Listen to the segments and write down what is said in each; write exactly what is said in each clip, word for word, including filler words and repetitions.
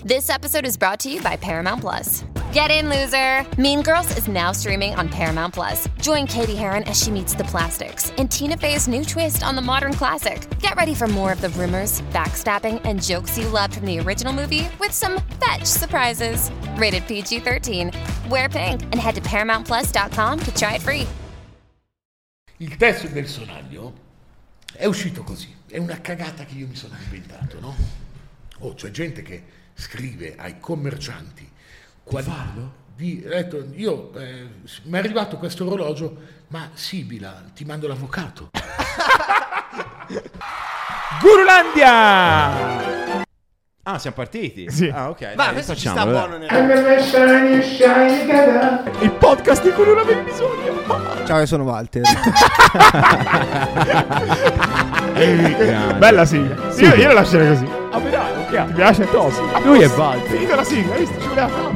This episode is brought to you by Paramount Plus. Get in, loser! Mean Girls is now streaming on Paramount Plus. Join Katie Heron as she meets the plastics in Tina Fey's new twist on the modern classic. Get ready for more of the rumors, backstabbing, and jokes you loved from the original movie with some fetch surprises. Rated P G thirteen. Wear pink and head to paramount plus dot com to try it free. Il testo del sonaglio è uscito così. È una cagata che io mi sono inventato, no? Oh, c'è gente che scrive ai commercianti quali di, detto, io eh, mi è arrivato questo orologio, ma Sibila, ti mando l'avvocato. Gurulandia! Ah, siamo partiti? Sì. Ah, ok. Ma dai, questo ci facciamolo, sta dai. buono nel... Il podcast di cui non avevi bisogno. Ciao, io sono Walter. Bella sigla. Io, io la lascerei così. Ah, però, ok. Ti piace? Top. Lui è Walter. Finita la sigla, hai visto? Ci voleva fare.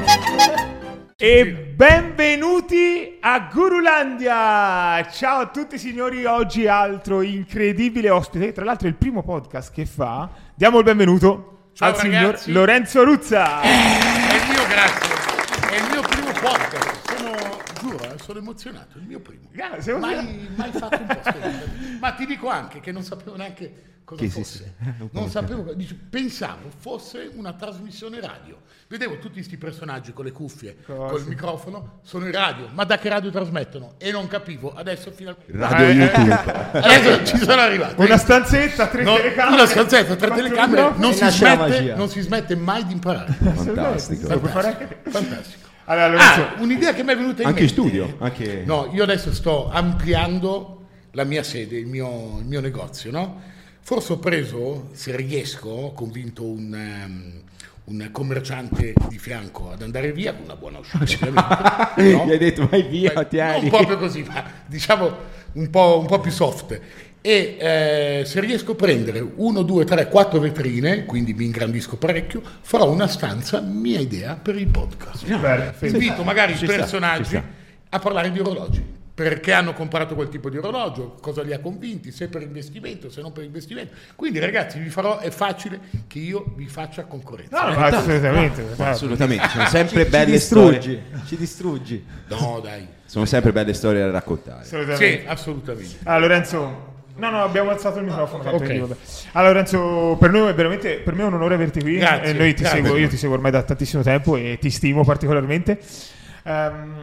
E benvenuti a Gurulandia. Ciao a tutti signori. Oggi altro incredibile ospite. Tra l'altro è il primo podcast che fa. Diamo il benvenuto Ciao, al signor ragazzi. Lorenzo Ruzza. È il mio, grazie. È il mio primo podcast. Sono, giuro, eh, sono emozionato. È il mio primo. Ah, sei Mai, mai fatto un podcast. Ma ti dico anche che non sapevo neanche cosa Che fosse. esiste. Non sapevo, dice, pensavo fosse una trasmissione radio. Vedevo tutti questi personaggi con le cuffie, Cosa? col microfono, sono in radio. Ma da che radio trasmettono? E non capivo. Adesso finalmente. Radio Eh, eh, YouTube. Adesso ci sono arrivato. Una stanzetta, tre No, telecamere. una stanzetta, tre quattro telecamere, microfoni. non E si, nasce la smette, magia. non si smette mai di imparare. Fantastico. Lo puoi fare anche te. Fantastico. Allora, Lorenzo, Ah, un'idea che mi è venuta in Anche in mente. studio. Anche... No, io adesso sto ampliando la mia sede, il mio, il mio negozio, no? Forse ho preso, se riesco, ho convinto un, um, un commerciante di fianco ad andare via con una buona uscita, ovviamente. Gli hai detto vai via, Beh, tieni. non proprio così, ma diciamo un po', un po' più soft. E eh, se riesco a prendere uno, due, tre, quattro vetrine, quindi mi ingrandisco parecchio, farò una stanza, mia idea, per il podcast. bene, Invito magari i Ci sta, ci personaggi sta. a parlare di orologi. Perché hanno comprato quel tipo di orologio, cosa li ha convinti, se per investimento, se non per investimento. Quindi ragazzi, vi farò, è facile che io vi faccia concorrenza. no, no, assolutamente. Assolutamente, sono sempre Ci belle distruggi. storie. Ci distruggi. No, dai. Sono sempre belle storie da raccontare. Assolutamente. Sì, assolutamente. Allora, Lorenzo, no, no, abbiamo alzato il microfono. tanto Ok. quindi vabbè. Allora, Lorenzo, per noi è veramente per me è un onore averti qui. Grazie, E noi ti grazie. seguo, io ti seguo ormai da tantissimo tempo e ti stimo particolarmente. Ehm,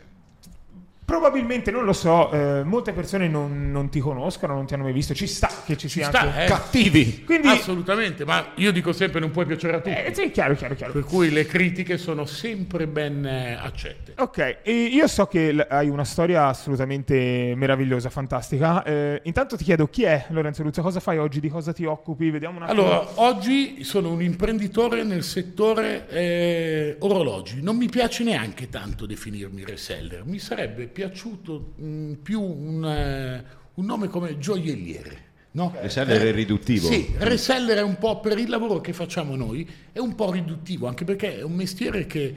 probabilmente, non lo so, eh, molte persone non, non ti conoscono, non ti hanno mai visto. Ci sta che ci sia Sta, anche. eh. Cattivi. Quindi, Assolutamente, ma io dico sempre non puoi piacere a tutti. eh, sì, chiaro, chiaro, chiaro. Per cui le critiche sono sempre ben eh, accette. Ok, e io so che l- hai una storia assolutamente meravigliosa, fantastica. Eh, intanto ti chiedo chi è Lorenzo Ruzza, cosa fai oggi, di cosa ti occupi? Vediamo un attimo. Allora, oggi sono un imprenditore nel settore eh, orologi. Non mi piace neanche tanto definirmi reseller. Mi sarebbe piaciuto mh, più un, eh, un nome come gioielliere. No? Reseller è riduttivo. Sì, reseller è un po' per il lavoro che facciamo noi, è un po' riduttivo, anche perché è un mestiere che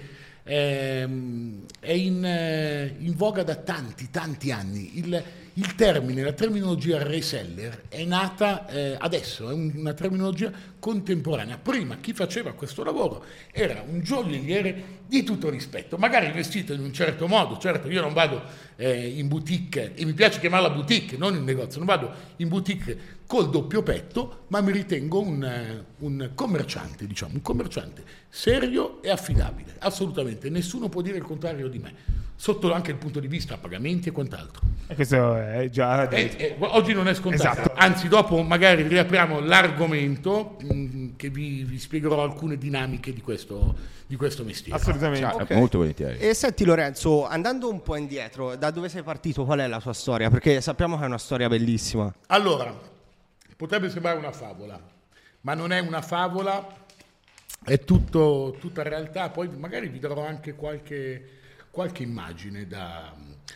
ehm, è in, eh, in voga da tanti, tanti anni. Il, il termine, la terminologia reseller è nata eh, adesso, è un- una terminologia contemporanea. Prima chi faceva questo lavoro era un gioielliere di tutto rispetto, magari vestito in un certo modo. Certo, io non vado eh, in boutique, e mi piace chiamarla boutique, non in negozio, non vado in boutique col doppio petto, ma mi ritengo un, eh, un commerciante, diciamo, un commerciante serio e affidabile, assolutamente, nessuno può dire il contrario di me, sotto anche il punto di vista pagamenti e quant'altro. E questo è già... E- e oggi non è scontato, Esatto. anzi dopo magari riapriamo l'argomento mh, che vi, vi spiegherò alcune dinamiche di questo, di questo mestiere. Assolutamente. Ciao, Ok. Molto volentieri. E senti Lorenzo, andando un po' indietro, da dove sei partito? Qual è la tua storia? Perché sappiamo che è una storia bellissima. Allora, potrebbe sembrare una favola, ma non è una favola, è tutto, tutta realtà. Poi magari vi darò anche qualche, qualche immagine da,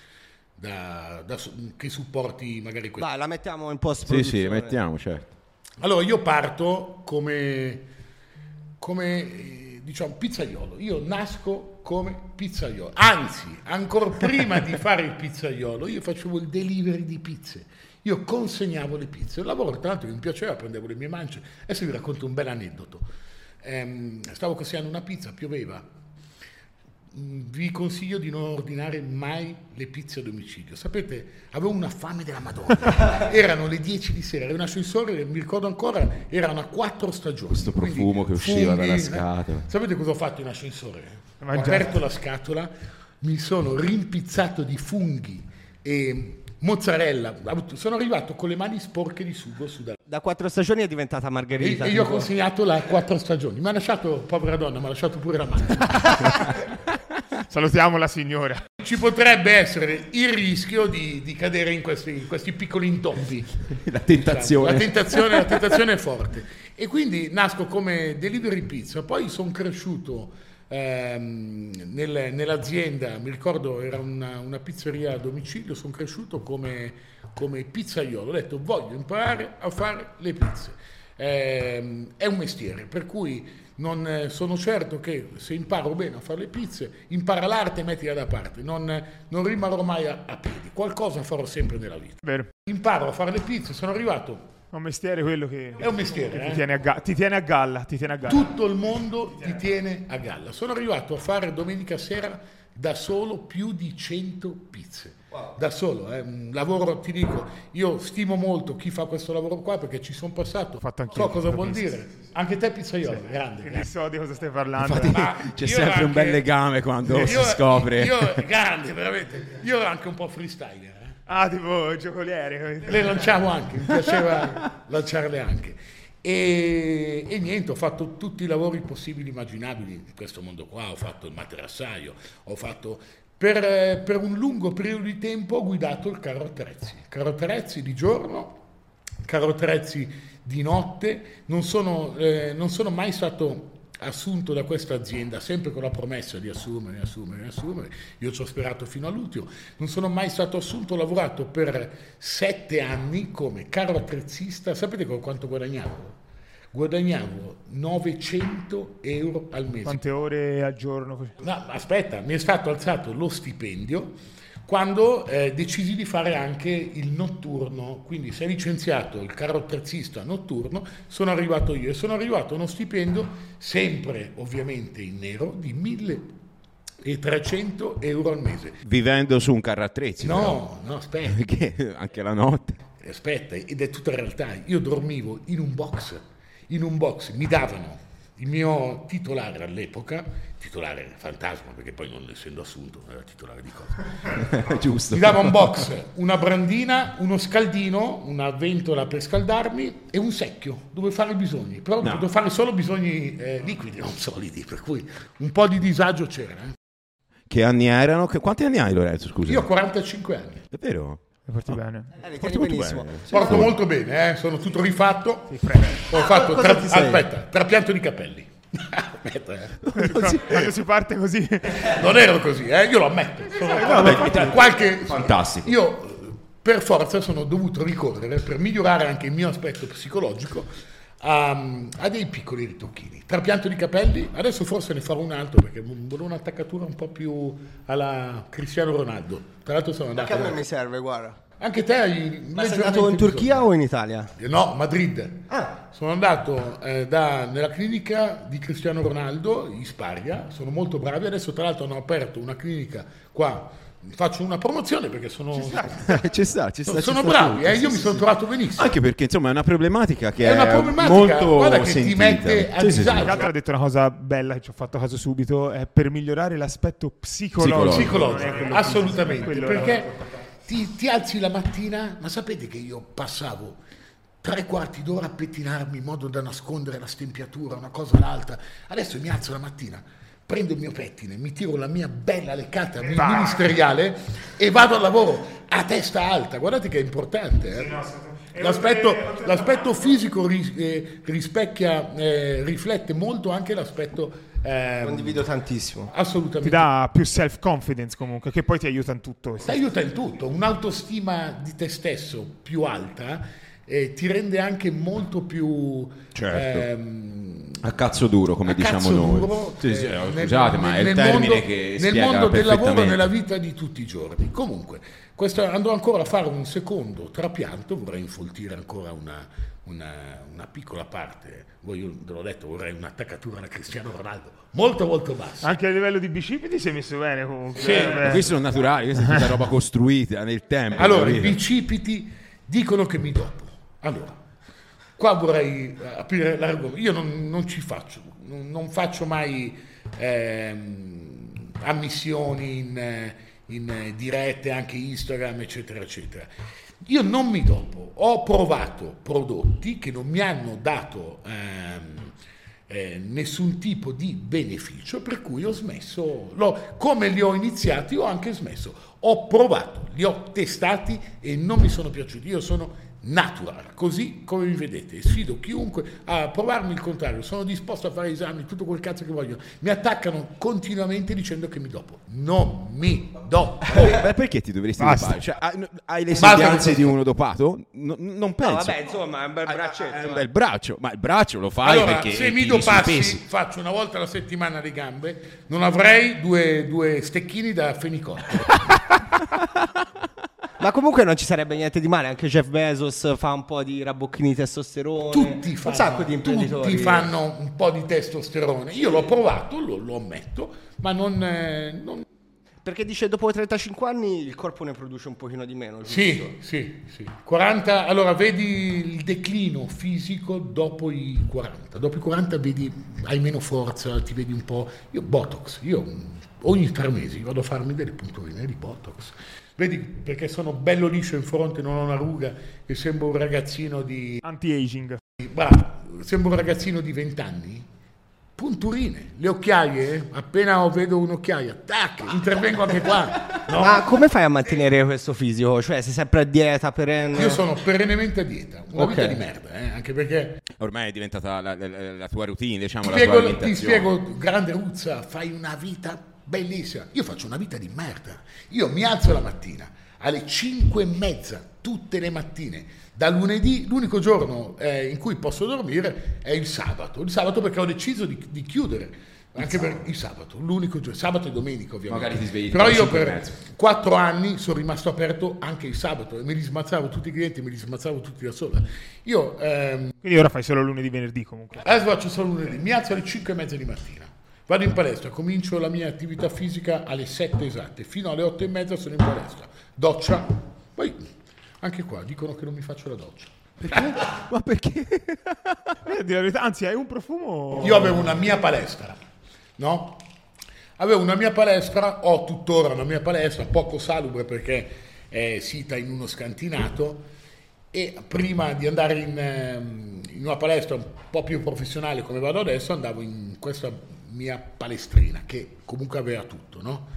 da- da- che supporti magari questo. Vai, la mettiamo in post Sì, produzione. sì, mettiamo, certo. Allora, io parto come, come eh, diciamo, pizzaiolo. Io nasco come pizzaiolo. Anzi, ancora prima di fare il pizzaiolo, io facevo il delivery di pizze. Io consegnavo le pizze. Il lavoro, tra l'altro, mi piaceva, prendevo le mie mance. Adesso vi racconto un bel aneddoto. ehm, stavo consegnando una pizza, pioveva. Vi consiglio di non ordinare mai le pizze a domicilio. Sapete, avevo una fame della Madonna. Erano le dieci di sera, era un ascensore, mi ricordo ancora, erano a quattro stagioni. Questo profumo che usciva funghi, dalla scatola. Sapete cosa ho fatto in ascensore? Ho Mangiato. aperto la scatola, mi sono rimpizzato di funghi e mozzarella. Sono arrivato con le mani sporche di sugo su da Da quattro stagioni è diventata e, margherita. e io ho tipo. consegnato la quattro stagioni. Mi ha lasciato, povera donna, mi ha lasciato pure la mano. Salutiamo la signora. Ci potrebbe essere il rischio di, di cadere in questi, in questi piccoli intoppi. La tentazione. La tentazione, la tentazione è forte. E quindi nasco come delivery pizza. Poi sono cresciuto ehm, nel- nell'azienda, mi ricordo era una, una pizzeria a domicilio, sono cresciuto come, come pizzaiolo. Ho detto voglio imparare a fare le pizze. Ehm, è un mestiere, per cui non eh, sono certo che se imparo bene a fare le pizze, impara l'arte e mettila da parte, non, non rimarrò mai a, a piedi, qualcosa farò sempre nella vita. Vero. Imparo a fare le pizze, sono arrivato, È un mestiere quello che è un mestiere, ti eh? tiene a, ga- ti tiene a galla, ti tiene a galla. Tutto il mondo ti tiene a galla. Sono arrivato a fare domenica sera da solo più di cento pizze. Da solo, è un lavoro, ti dico, io stimo molto chi fa questo lavoro qua perché ci sono passato, Ho fatto anch'io, so cosa ho vuol visto. dire. Anche te pizzaiolo, grande, Quindi grande. so di cosa stai parlando. Infatti, Ma c'è io sempre un anche- bel legame quando Io- si scopre. Io, grande, veramente. Io ero anche un po' freestyler. eh. Ah, tipo giocoliere. Le lanciavo anche, mi piaceva lanciarle anche. E, e niente, ho fatto tutti i lavori possibili e immaginabili in questo mondo qua. Ho fatto il materassaio, ho fatto... Per, eh, per un lungo periodo di tempo ho guidato il carro attrezzi. Carro attrezzi di giorno, carro attrezzi di notte. Non sono, eh, non sono mai stato assunto da questa azienda, sempre con la promessa di assumere, assumere, assumere. Io ci ho sperato fino all'ultimo. Non sono mai stato assunto, ho lavorato per sette anni come carro attrezzista. Sapete con quanto guadagnavo? Guadagnavo novecento euro al mese. Quante ore al giorno? No, aspetta, mi è stato alzato lo stipendio quando eh, decisi di fare anche il notturno, quindi si è licenziato il carro attrezzista notturno, sono arrivato io e sono arrivato a uno stipendio sempre ovviamente in nero di milletrecento euro al mese. Vivendo su un carro attrezzi. però. No, no, aspetta, Perché anche la notte. aspetta, ed è tutta realtà. Io dormivo in un box, in un box mi davano il mio titolare all'epoca, titolare fantasma perché poi non essendo assunto era titolare di cosa. Giusto. Mi dava un box, una brandina, uno scaldino, una ventola per scaldarmi e un secchio dove fare i bisogni. Però No. potevo fare solo bisogni eh, liquidi, non solidi, per cui un po' di disagio c'era. eh. Che anni erano? Che- Quanti anni hai, Lorenzo? Scusa. Io ho quarantacinque anni, Davvero? Le porti bene? Eh, li Porti tieni molto benissimo. bene. porto molto bene, eh, sono tutto rifatto. Ti prego. Ho fatto cosa tra- ti sei? aspetta, trapianto di capelli. Aspetta, eh. Quando si parte così. Non ero così, eh, io lo ammetto. Sono- beh, qualche... Fantastico. Io eh, per forza sono dovuto ricorrere, per migliorare anche il mio aspetto psicologico, a, a dei piccoli ritocchini. Trapianto di capelli, adesso forse ne farò un altro perché volevo un'attaccatura un po' più alla Cristiano Ronaldo. Tra l'altro sono Anche andato... a me mi serve, guarda. Anche te hai... Ma sei leggermente andato in Turchia bisogno. o in Italia? No, Madrid. Ah. Sono andato eh, da- nella clinica di Cristiano Ronaldo, in Sparia, sono molto bravi, adesso tra l'altro hanno aperto una clinica qua, faccio una promozione perché sono, ci sta, ci sta. sono ci sta bravi, tutto. eh, Sì, io sì, mi sono sì. trovato benissimo. Anche perché insomma è una problematica che È è, una problematica, molto guarda, che ti sentita. mette a Sì, sì, sì. disagio. Tra l'altro ha detto una cosa bella che ci ho fatto caso subito, è per migliorare l'aspetto psicologico. Psicologico, non è quello assolutamente, fisico, quello perché là. ti, ti alzi la mattina, ma sapete che io passavo tre quarti d'ora a pettinarmi in modo da nascondere la stempiatura, una cosa o l'altra, adesso mi alzo la mattina, prendo il mio pettine, mi tiro la mia bella leccata mi- ministeriale e vado al lavoro a testa alta, guardate che è importante. eh. L'aspetto, l'aspetto fisico ris- eh, rispecchia, eh, riflette molto anche l'aspetto ehm, Condivido tantissimo. Ti assolutamente. dà più self-confidence comunque, che poi ti aiuta in tutto. Ti aiuta in tutto, un'autostima di te stesso più alta eh, ti rende anche molto più Certo. ehm, a cazzo duro, come a diciamo cazzo noi. Duro, Sì, sì, eh, scusate, nel, ma è il nel termine mondo, che nel spiega mondo del lavoro, perfettamente. nella vita di tutti i giorni. Comunque, questo, andrò ancora a fare un secondo trapianto, vorrei infoltire ancora una, una, una piccola parte. Voi, io ve l'ho detto, vorrei un'attaccatura da Cristiano Ronaldo molto molto bassa. Anche a livello di bicipiti si è messo bene comunque. Sì. Eh, Ma beh. questi sono naturali, questa è tutta roba costruita nel tempo. Allora, i capito? bicipiti dicono che mi dopo. Allora, qua vorrei aprire l'argomento. Io non, non ci faccio, non, non faccio mai ehm, ammissioni in, in dirette, anche Instagram, eccetera, eccetera. Io non mi dopo. Ho provato prodotti che non mi hanno dato ehm, eh, nessun tipo di beneficio, per cui ho smesso. L'ho, come li ho iniziati, ho anche smesso. Ho provato, li ho testati e non mi sono piaciuti. Io sono natural, così come mi vedete, sfido chiunque a provarmi il contrario, sono disposto a fare esami, tutto quel cazzo che voglio. Mi attaccano continuamente dicendo che mi dopo. Non mi dopo. Beh, perché ti dovresti Basta. dopare? Cioè, hai, hai le Basta sembianze con di uno dopato? No, non penso. No, vabbè, insomma, è un bel braccetto. È un eh. bel braccio, ma il braccio lo fai Allora, perché se mi tiri sui dopassi, pesi. faccio una volta alla settimana le gambe, non avrei due, due stecchini da fenicottero. Ma comunque non ci sarebbe niente di male, anche Jeff Bezos fa un po' di rabocchini di testosterone. Tutti un fanno, sacco di imprenditori. tutti fanno un po' di testosterone. Io l'ho provato, lo, lo ammetto, ma non, eh, non Perché dice dopo trentacinque anni il corpo ne produce un pochino di meno. giusto? Sì, sì, sì. quaranta, allora vedi il declino fisico dopo i quaranta. Dopo i quaranta vedi, hai meno forza, ti vedi un po'. Io Botox, io ogni tre mesi vado a farmi delle punturine di Botox. Vedi, perché sono bello liscio in fronte, non ho una ruga e sembro un ragazzino di. Anti-aging. Bravo, sembro un ragazzino di venti anni. Punturine, le occhiaie, appena ho- vedo un'occhiaia, tac, intervengo anche qua. No? Ma come fai a mantenere questo fisico? Cioè, sei sempre a dieta perenne? Io sono perennemente a dieta, una Ok. vita di merda, eh, anche perché Ormai è diventata la, la- la tua routine, diciamo, ti la tua spiego, ti alimentazione. spiego, grande Ruzza, fai una vita bellissima. Io faccio una vita di merda. Io mi alzo la mattina alle cinque e mezza, tutte le mattine. Da lunedì, l'unico giorno eh, in cui posso dormire è il sabato. Il sabato perché ho deciso di, di chiudere. Anche per il sabato, l'unico giorno, sabato e domenica ovviamente. Magari ti svegli Però alle io cinque e per mezza. quattro anni sono rimasto aperto anche il sabato e me li smazzavo tutti i clienti, me li smazzavo tutti da sola. Io ehm, Quindi ora fai solo lunedì, venerdì comunque. adesso faccio solo lunedì, mi alzo alle cinque e mezza di mattina, vado in palestra, comincio la mia attività fisica alle sette esatte, fino alle otto e mezza sono in palestra, doccia, poi anche qua dicono che non mi faccio la doccia. Ma perché? Eh, di la verità, anzi, hai un profumo. Io avevo una mia palestra, no? Avevo una mia palestra, ho tuttora una mia palestra, poco salubre perché è sita in uno scantinato e prima di andare in, ehm, in una palestra un po' più professionale come vado adesso, andavo in questa mia palestrina che comunque aveva tutto, no?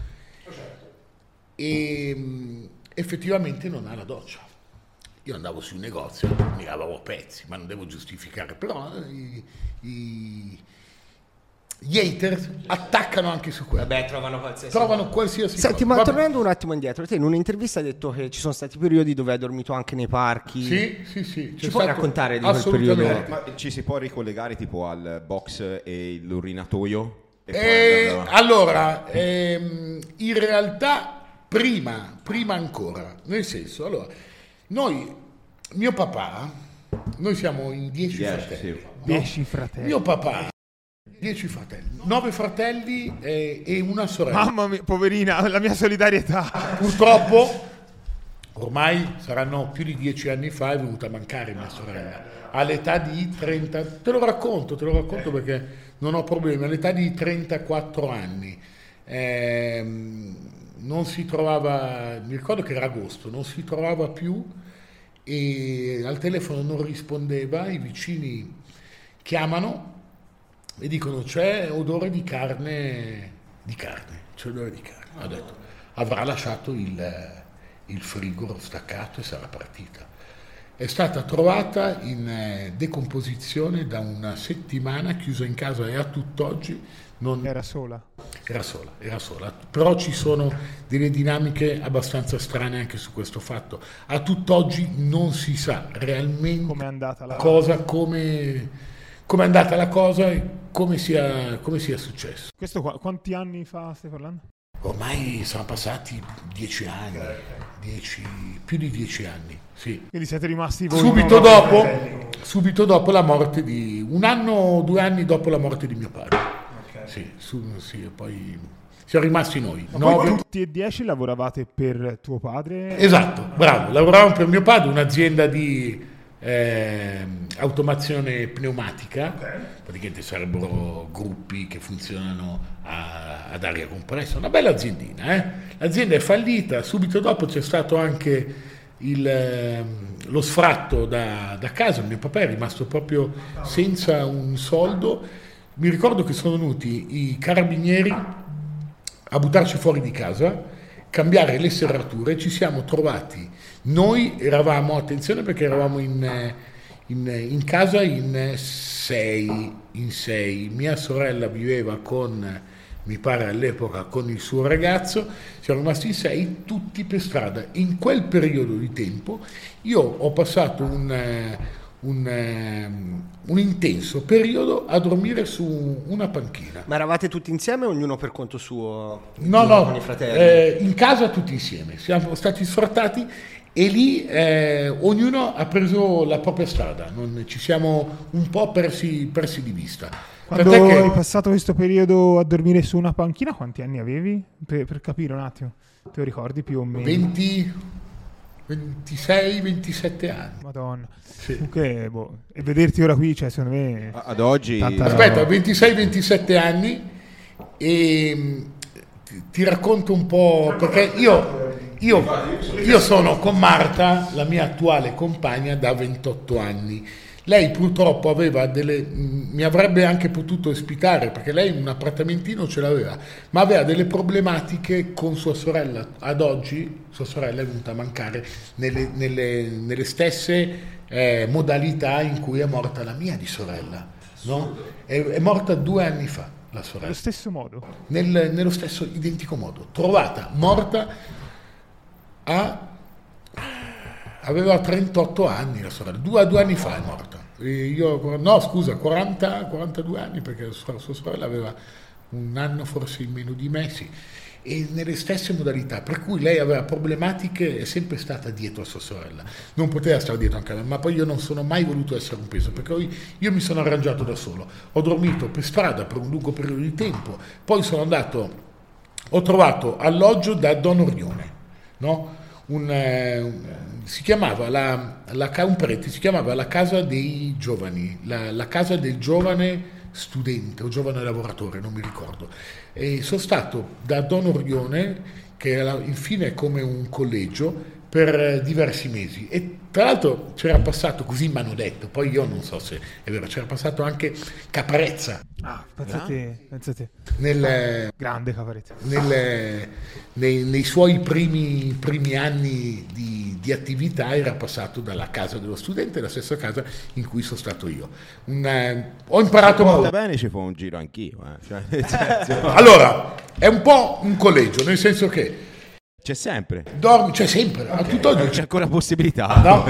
E mh, effettivamente non ha la doccia. Io andavo sul negozio, mi lavavo a pezzi, ma non devo giustificare, però eh, i, i, gli haters attaccano anche su quello. Vabbè, trovano qualsiasi Trovano qualsiasi Senti, cosa. ma Vabbè. tornando un attimo indietro, te in un'intervista hai detto che ci sono stati periodi dove hai dormito anche nei parchi. Sì, sì, sì. Ci puoi raccontare di quel Assolutamente. periodo? Ma ci si può ricollegare tipo al box e l'urinatoio? E poi Eh, andare- allora, ehm, in realtà prima, prima ancora, nel senso, allora, noi, mio papà, noi siamo in dieci Dieci, fratelli. sì. no? Dieci fratelli. Mio papà, dieci fratelli, nove fratelli e, e una sorella. Mamma mia, poverina, la mia solidarietà. Purtroppo, ormai saranno più di dieci anni fa, è venuta a mancare mia sorella. All'età di trenta, te lo racconto, te lo racconto perché non ho problemi, all'età di trentaquattro anni. ehm, non si trovava, mi ricordo che era agosto, non si trovava più e al telefono non rispondeva, i vicini chiamano e dicono c'è odore di carne, di carne, c'è odore di carne. Ho detto, avrà lasciato il, il frigo staccato e sarà partita. È stata trovata in eh, decomposizione da una settimana, chiusa in casa e a tutt'oggi non Era sola. era sola, era sola. Però ci sono delle dinamiche abbastanza strane anche su questo fatto. A tutt'oggi non si sa realmente Com'è andata la- cosa, come, come è andata la cosa e come sia, come sia successo. Questo qu- quanti anni fa stai parlando? Ormai sono passati dieci anni, dieci, più di dieci anni, sì. Quindi siete rimasti voi Subito dopo, subito dopo la morte di... un anno o due anni dopo la morte di mio padre. Okay. Sì, su, sì, poi siamo rimasti noi. Ma Nove... poi tutti e dieci lavoravate per tuo padre? Esatto, bravo. Lavoravamo per mio padre, un'azienda di eh, automazione pneumatica. Okay. Praticamente sarebbero gruppi che funzionano a, ad aria compressa. Una bella aziendina, eh? L'azienda è fallita, subito dopo c'è stato anche il, lo sfratto da, da casa. Mio papà è rimasto proprio senza un soldo. Mi ricordo che sono venuti i carabinieri a buttarci fuori di casa, cambiare le serrature. Ci siamo trovati, noi eravamo, attenzione perché eravamo in, in, in casa in sei, in sei, mia sorella viveva con, mi pare all'epoca, con il suo ragazzo, siamo rimasti in sei, tutti per strada. In quel periodo di tempo io ho passato un, un, un intenso periodo a dormire su una panchina. Ma eravate tutti insieme o ognuno per conto suo? No, no, con i fratelli? Eh, in casa tutti insieme, siamo stati sfrattati e lì eh, ognuno ha preso la propria strada, non, ci siamo un po' persi, persi di vista. Quando Tant'è che... hai passato questo periodo a dormire su una panchina, quanti anni avevi? Per, per capire un attimo, te lo ricordi più o meno? venti, ventisei ventisette anni. Madonna. Sì. Comunque, boh, e vederti ora qui, cioè secondo me... Ad oggi... Aspetta, ventisei ventisette anni e ti, ti racconto un po', perché io... Io, io sono con Marta, la mia attuale compagna, da ventotto anni. Lei purtroppo aveva delle, mi avrebbe anche potuto ospitare perché lei un appartamentino ce l'aveva, ma aveva delle problematiche con sua sorella. Ad oggi sua sorella è venuta a mancare nelle, nelle, nelle stesse eh, modalità in cui è morta la mia di sorella, no? È, è morta due anni fa la sorella. Nello stesso modo? Nel, nello stesso identico modo, trovata morta. A, aveva trentotto anni la sorella, due, due anni fa è morta. E io, no scusa, quaranta, quarantadue anni perché sua, sua sorella aveva un anno forse in meno di me, sì. E nelle stesse modalità, per cui lei aveva problematiche, è sempre stata dietro a sua sorella, non poteva stare dietro anche a me, ma poi io non sono mai voluto essere un peso, perché io, io mi sono arrangiato da solo, ho dormito per strada per un lungo periodo di tempo, poi sono andato, ho trovato alloggio da Don Orione, no? Un, un, si chiamava la, la, un prete si chiamava la casa dei giovani, la, la casa del giovane studente o giovane lavoratore, non mi ricordo, e sono stato da Don Orione, che era infine come un collegio, per diversi mesi, e tra l'altro c'era passato, così mi hanno detto, poi io non so se è vero, c'era passato anche Caparezza. Ah, pensate, pensate. Nel, grande Caparezza. Nel, nei, nei suoi primi, primi anni di, di attività era passato dalla casa dello studente, la stessa casa in cui sono stato io. Un, eh, ho imparato molto. Va bene, ci fa un giro anch'io. Eh. Cioè, nel senso... Allora, è un po' un collegio, nel senso che c'è sempre. Dormi, c'è sempre, okay. A tutt'oggi c'è ancora possibilità. No?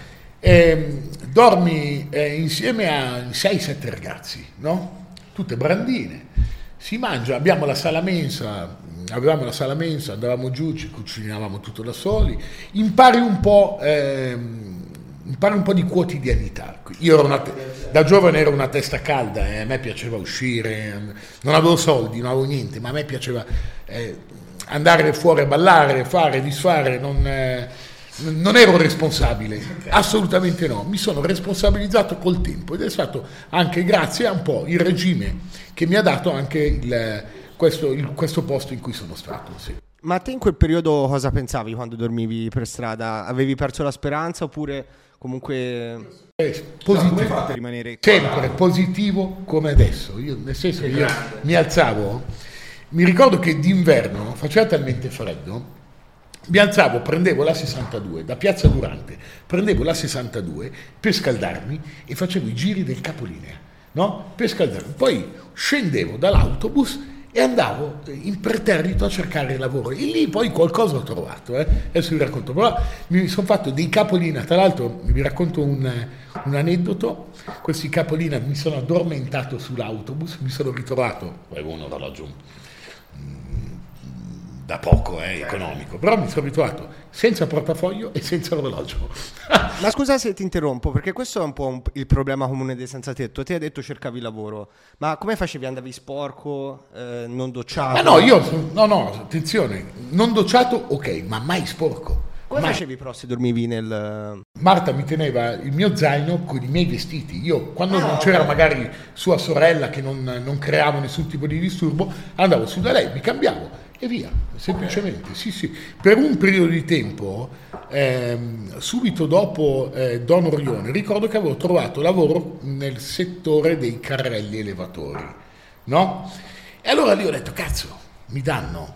Eh, dormi eh, insieme a sei sette ragazzi, no? Tutte brandine. Si mangia, abbiamo la sala mensa, avevamo la sala mensa, andavamo giù, ci cucinavamo tutto da soli. Impari un po', eh, impari un po' di quotidianità. Io ero una te- da giovane ero una testa calda, eh, a me piaceva uscire, non avevo soldi, non avevo niente, ma a me piaceva eh, andare fuori a ballare, fare, disfare, non, eh, non ero responsabile, assolutamente no, mi sono responsabilizzato col tempo ed è stato anche grazie a un po' il regime che mi ha dato anche il, questo, il, questo posto in cui sono stato. Sì. Ma te in quel periodo cosa pensavi quando dormivi per strada? Avevi perso la speranza oppure comunque... Eh, positivo, no, rimanere sempre positivo come adesso, io, nel senso che io mi alzavo, mi ricordo che d'inverno faceva talmente freddo, mi alzavo, prendevo la sessantadue da Piazza Durante, prendevo la sessantadue per scaldarmi e facevo i giri del capolinea, no? Per scaldarmi, poi scendevo dall'autobus e andavo imperterrito a cercare lavoro e lì poi qualcosa ho trovato, eh? Adesso vi racconto, però mi sono fatto dei capolina, tra l'altro vi racconto un, un aneddoto, questi capolina mi sono addormentato sull'autobus, mi sono ritrovato, avevo un orologio da poco, eh, economico, però mi sono ritrovato senza portafoglio e senza orologio. Ma scusa se ti interrompo, perché questo è un po' un, il problema comune dei senza tetto. Ti hai detto cercavi lavoro, ma come facevi? Andavi sporco, eh, non docciato? Ma no, io, no, no, attenzione, non docciato, ok, ma mai sporco. Come mai. facevi però se dormivi nel... Marta mi teneva il mio zaino con i miei vestiti. Io, quando non c'era magari sua sorella che non, non creava nessun tipo di disturbo, andavo su da lei, mi cambiavo e via, semplicemente. Sì, sì. Per un periodo di tempo, ehm, subito dopo eh, Don Orione, ricordo che avevo trovato lavoro nel settore dei carrelli elevatori, no? E allora lì ho detto, cazzo, mi danno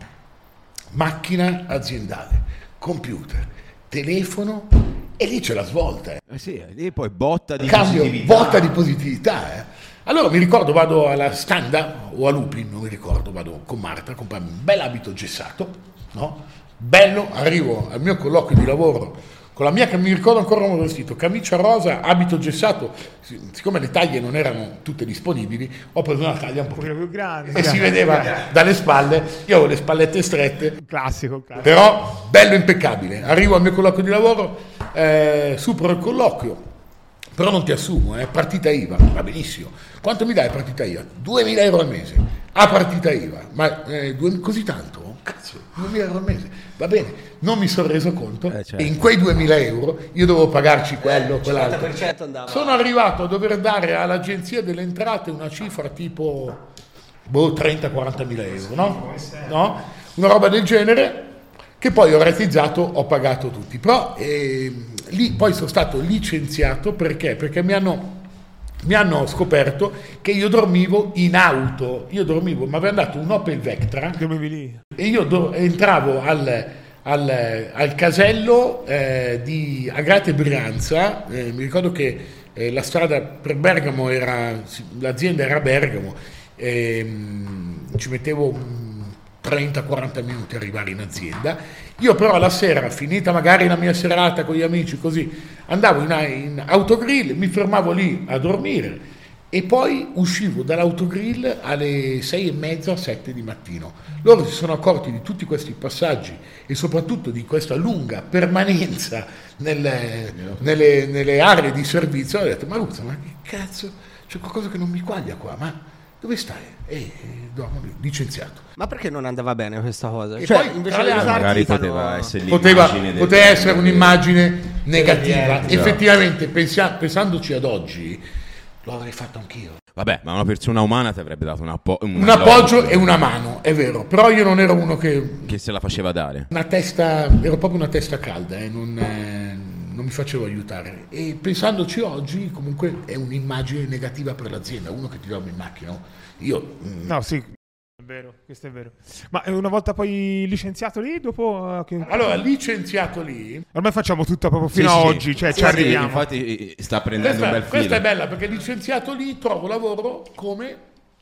macchina aziendale, computer, telefono e lì c'è la svolta. Eh. Eh sì, lì poi botta di Cambio, positività. botta di positività. Eh. Allora mi ricordo, vado alla Standa o a Lupi, non mi ricordo, vado con Marta, comprarmi un bel abito gessato, no? Bello, arrivo al mio colloquio di lavoro con la mia, che mi ricordo ancora come vestito, camicia rosa, abito gessato, siccome le taglie non erano tutte disponibili, ho preso una taglia un po' più, più grande. e grande. si vedeva dalle spalle, io avevo le spallette strette, Classico, classico. però bello impeccabile. Arrivo al mio colloquio di lavoro, eh, supero il colloquio, però non ti assumo, eh, partita I V A, va benissimo. Quanto mi dai partita I V A? duemila euro al mese, a partita I V A, ma eh, due, così tanto? Cazzo, duemila euro al mese, va bene, non mi sono reso conto, eh, certo. E in quei duemila euro io dovevo pagarci quello, Eh, quell'altro. cinquanta per cento andava. Sono arrivato a dover dare all'agenzia delle entrate una cifra tipo boh, trenta quaranta mila euro, no? no? Una roba del genere, che poi ho rateizzato, ho pagato tutti, però eh, lì poi sono stato licenziato perché? Perché mi hanno, mi hanno scoperto che io dormivo in auto, io dormivo, mi aveva dato un Opel Vectra Dormivi lì. e io do- entravo al, al, al casello eh, di Agrate Brianza, eh, mi ricordo che eh, la strada per Bergamo era, l'azienda era a Bergamo, ehm, ci mettevo trenta quaranta minuti arrivare in azienda. Io però la sera, finita magari la mia serata con gli amici, così andavo in, in autogrill, mi fermavo lì a dormire e poi uscivo dall'autogrill alle sei e mezza, sette di mattino. Loro si sono accorti di tutti questi passaggi e soprattutto di questa lunga permanenza nelle, nelle, nelle aree di servizio. Ho detto, ma Luzza, ma che cazzo, c'è qualcosa che non mi quaglia qua, ma dove stai? E dormo lì, licenziato. Ma perché non andava bene questa cosa? E Cioè, poi, invece tra di le altre, magari usarti, poteva fanno- essere Poteva, l'immagine del- poteva essere un'immagine negativa. cliente, Effettivamente, pensia- pensandoci ad oggi, lo avrei fatto anch'io. Vabbè, ma una persona umana ti avrebbe dato un, appo- un Un appoggio alloggio e una mano, è vero. Però io non ero uno che... che se la faceva dare. Una testa, ero proprio una testa calda, eh, non, eh, non mi facevo aiutare. E pensandoci oggi, comunque, è un'immagine negativa per l'azienda. Uno che ti dorme in macchina, no? Io... mm, No, sì, è vero, questo è vero. Ma eh, una volta poi licenziato lì, dopo... eh, che... Allora, licenziato lì... Ormai facciamo tutto proprio fino Sì, a sì. oggi, cioè Sì, ci sì, arriviamo. infatti eh, sta prendendo Questa, un bel questa filo. è bella perché licenziato lì trovo lavoro come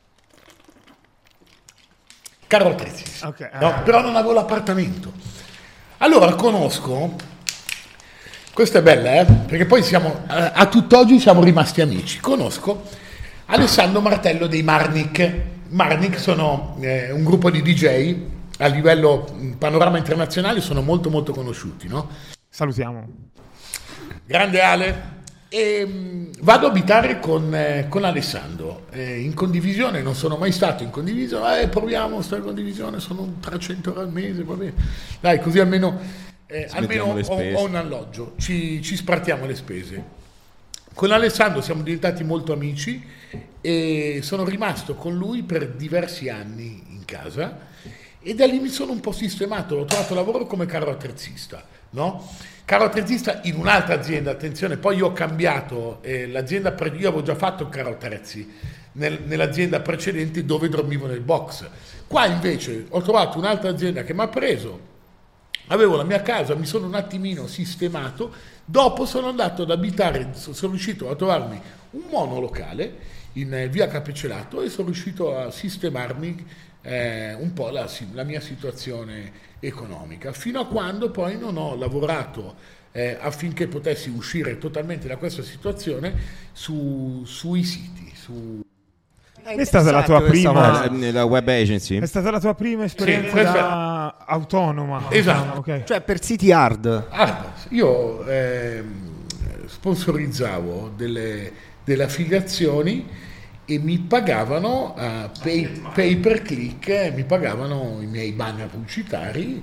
carro attrezzista. Ok, No, ah. però non avevo l'appartamento. Allora conosco, questa è bella, eh, perché poi siamo a, a tutt'oggi siamo rimasti amici. Conosco Alessandro Martello dei Marnik. Marnik sono eh, un gruppo di D J a livello mh, panorama internazionale, sono molto molto conosciuti, no? Salutiamo. Grande Ale, e mh, vado a abitare con, eh, con Alessandro eh, in condivisione, non sono mai stato in condivisione, eh, proviamo sta condivisione, sono trecento euro al mese, va bene, dai, così almeno, eh, almeno le ho, spese. ho un alloggio, ci, ci spartiamo le spese. Con Alessandro siamo diventati molto amici e sono rimasto con lui per diversi anni in casa e da lì mi sono un po' sistemato, ho trovato lavoro come carro attrezzista, no? Carro attrezzista in un'altra azienda, attenzione, poi io ho cambiato eh, l'azienda, pre- io avevo già fatto il carro attrezzi nel- nell'azienda precedente dove dormivo nel box. Qua invece ho trovato un'altra azienda che mi ha preso, avevo la mia casa, mi sono un attimino sistemato, dopo sono andato ad abitare, sono riuscito a trovarmi un monolocale in via Capecelato e sono riuscito a sistemarmi eh, un po' la, la mia situazione economica, fino a quando poi non ho lavorato eh, affinché potessi uscire totalmente da questa situazione su, sui siti. Su... È stata la tua prima nella web agency? È stata la tua prima esperienza Sì, da autonoma. Esatto. Okay. Cioè per siti hard. Ah, io eh, sponsorizzavo delle, delle affiliazioni e mi pagavano uh, pay, pay per click, mi pagavano i miei banner pubblicitari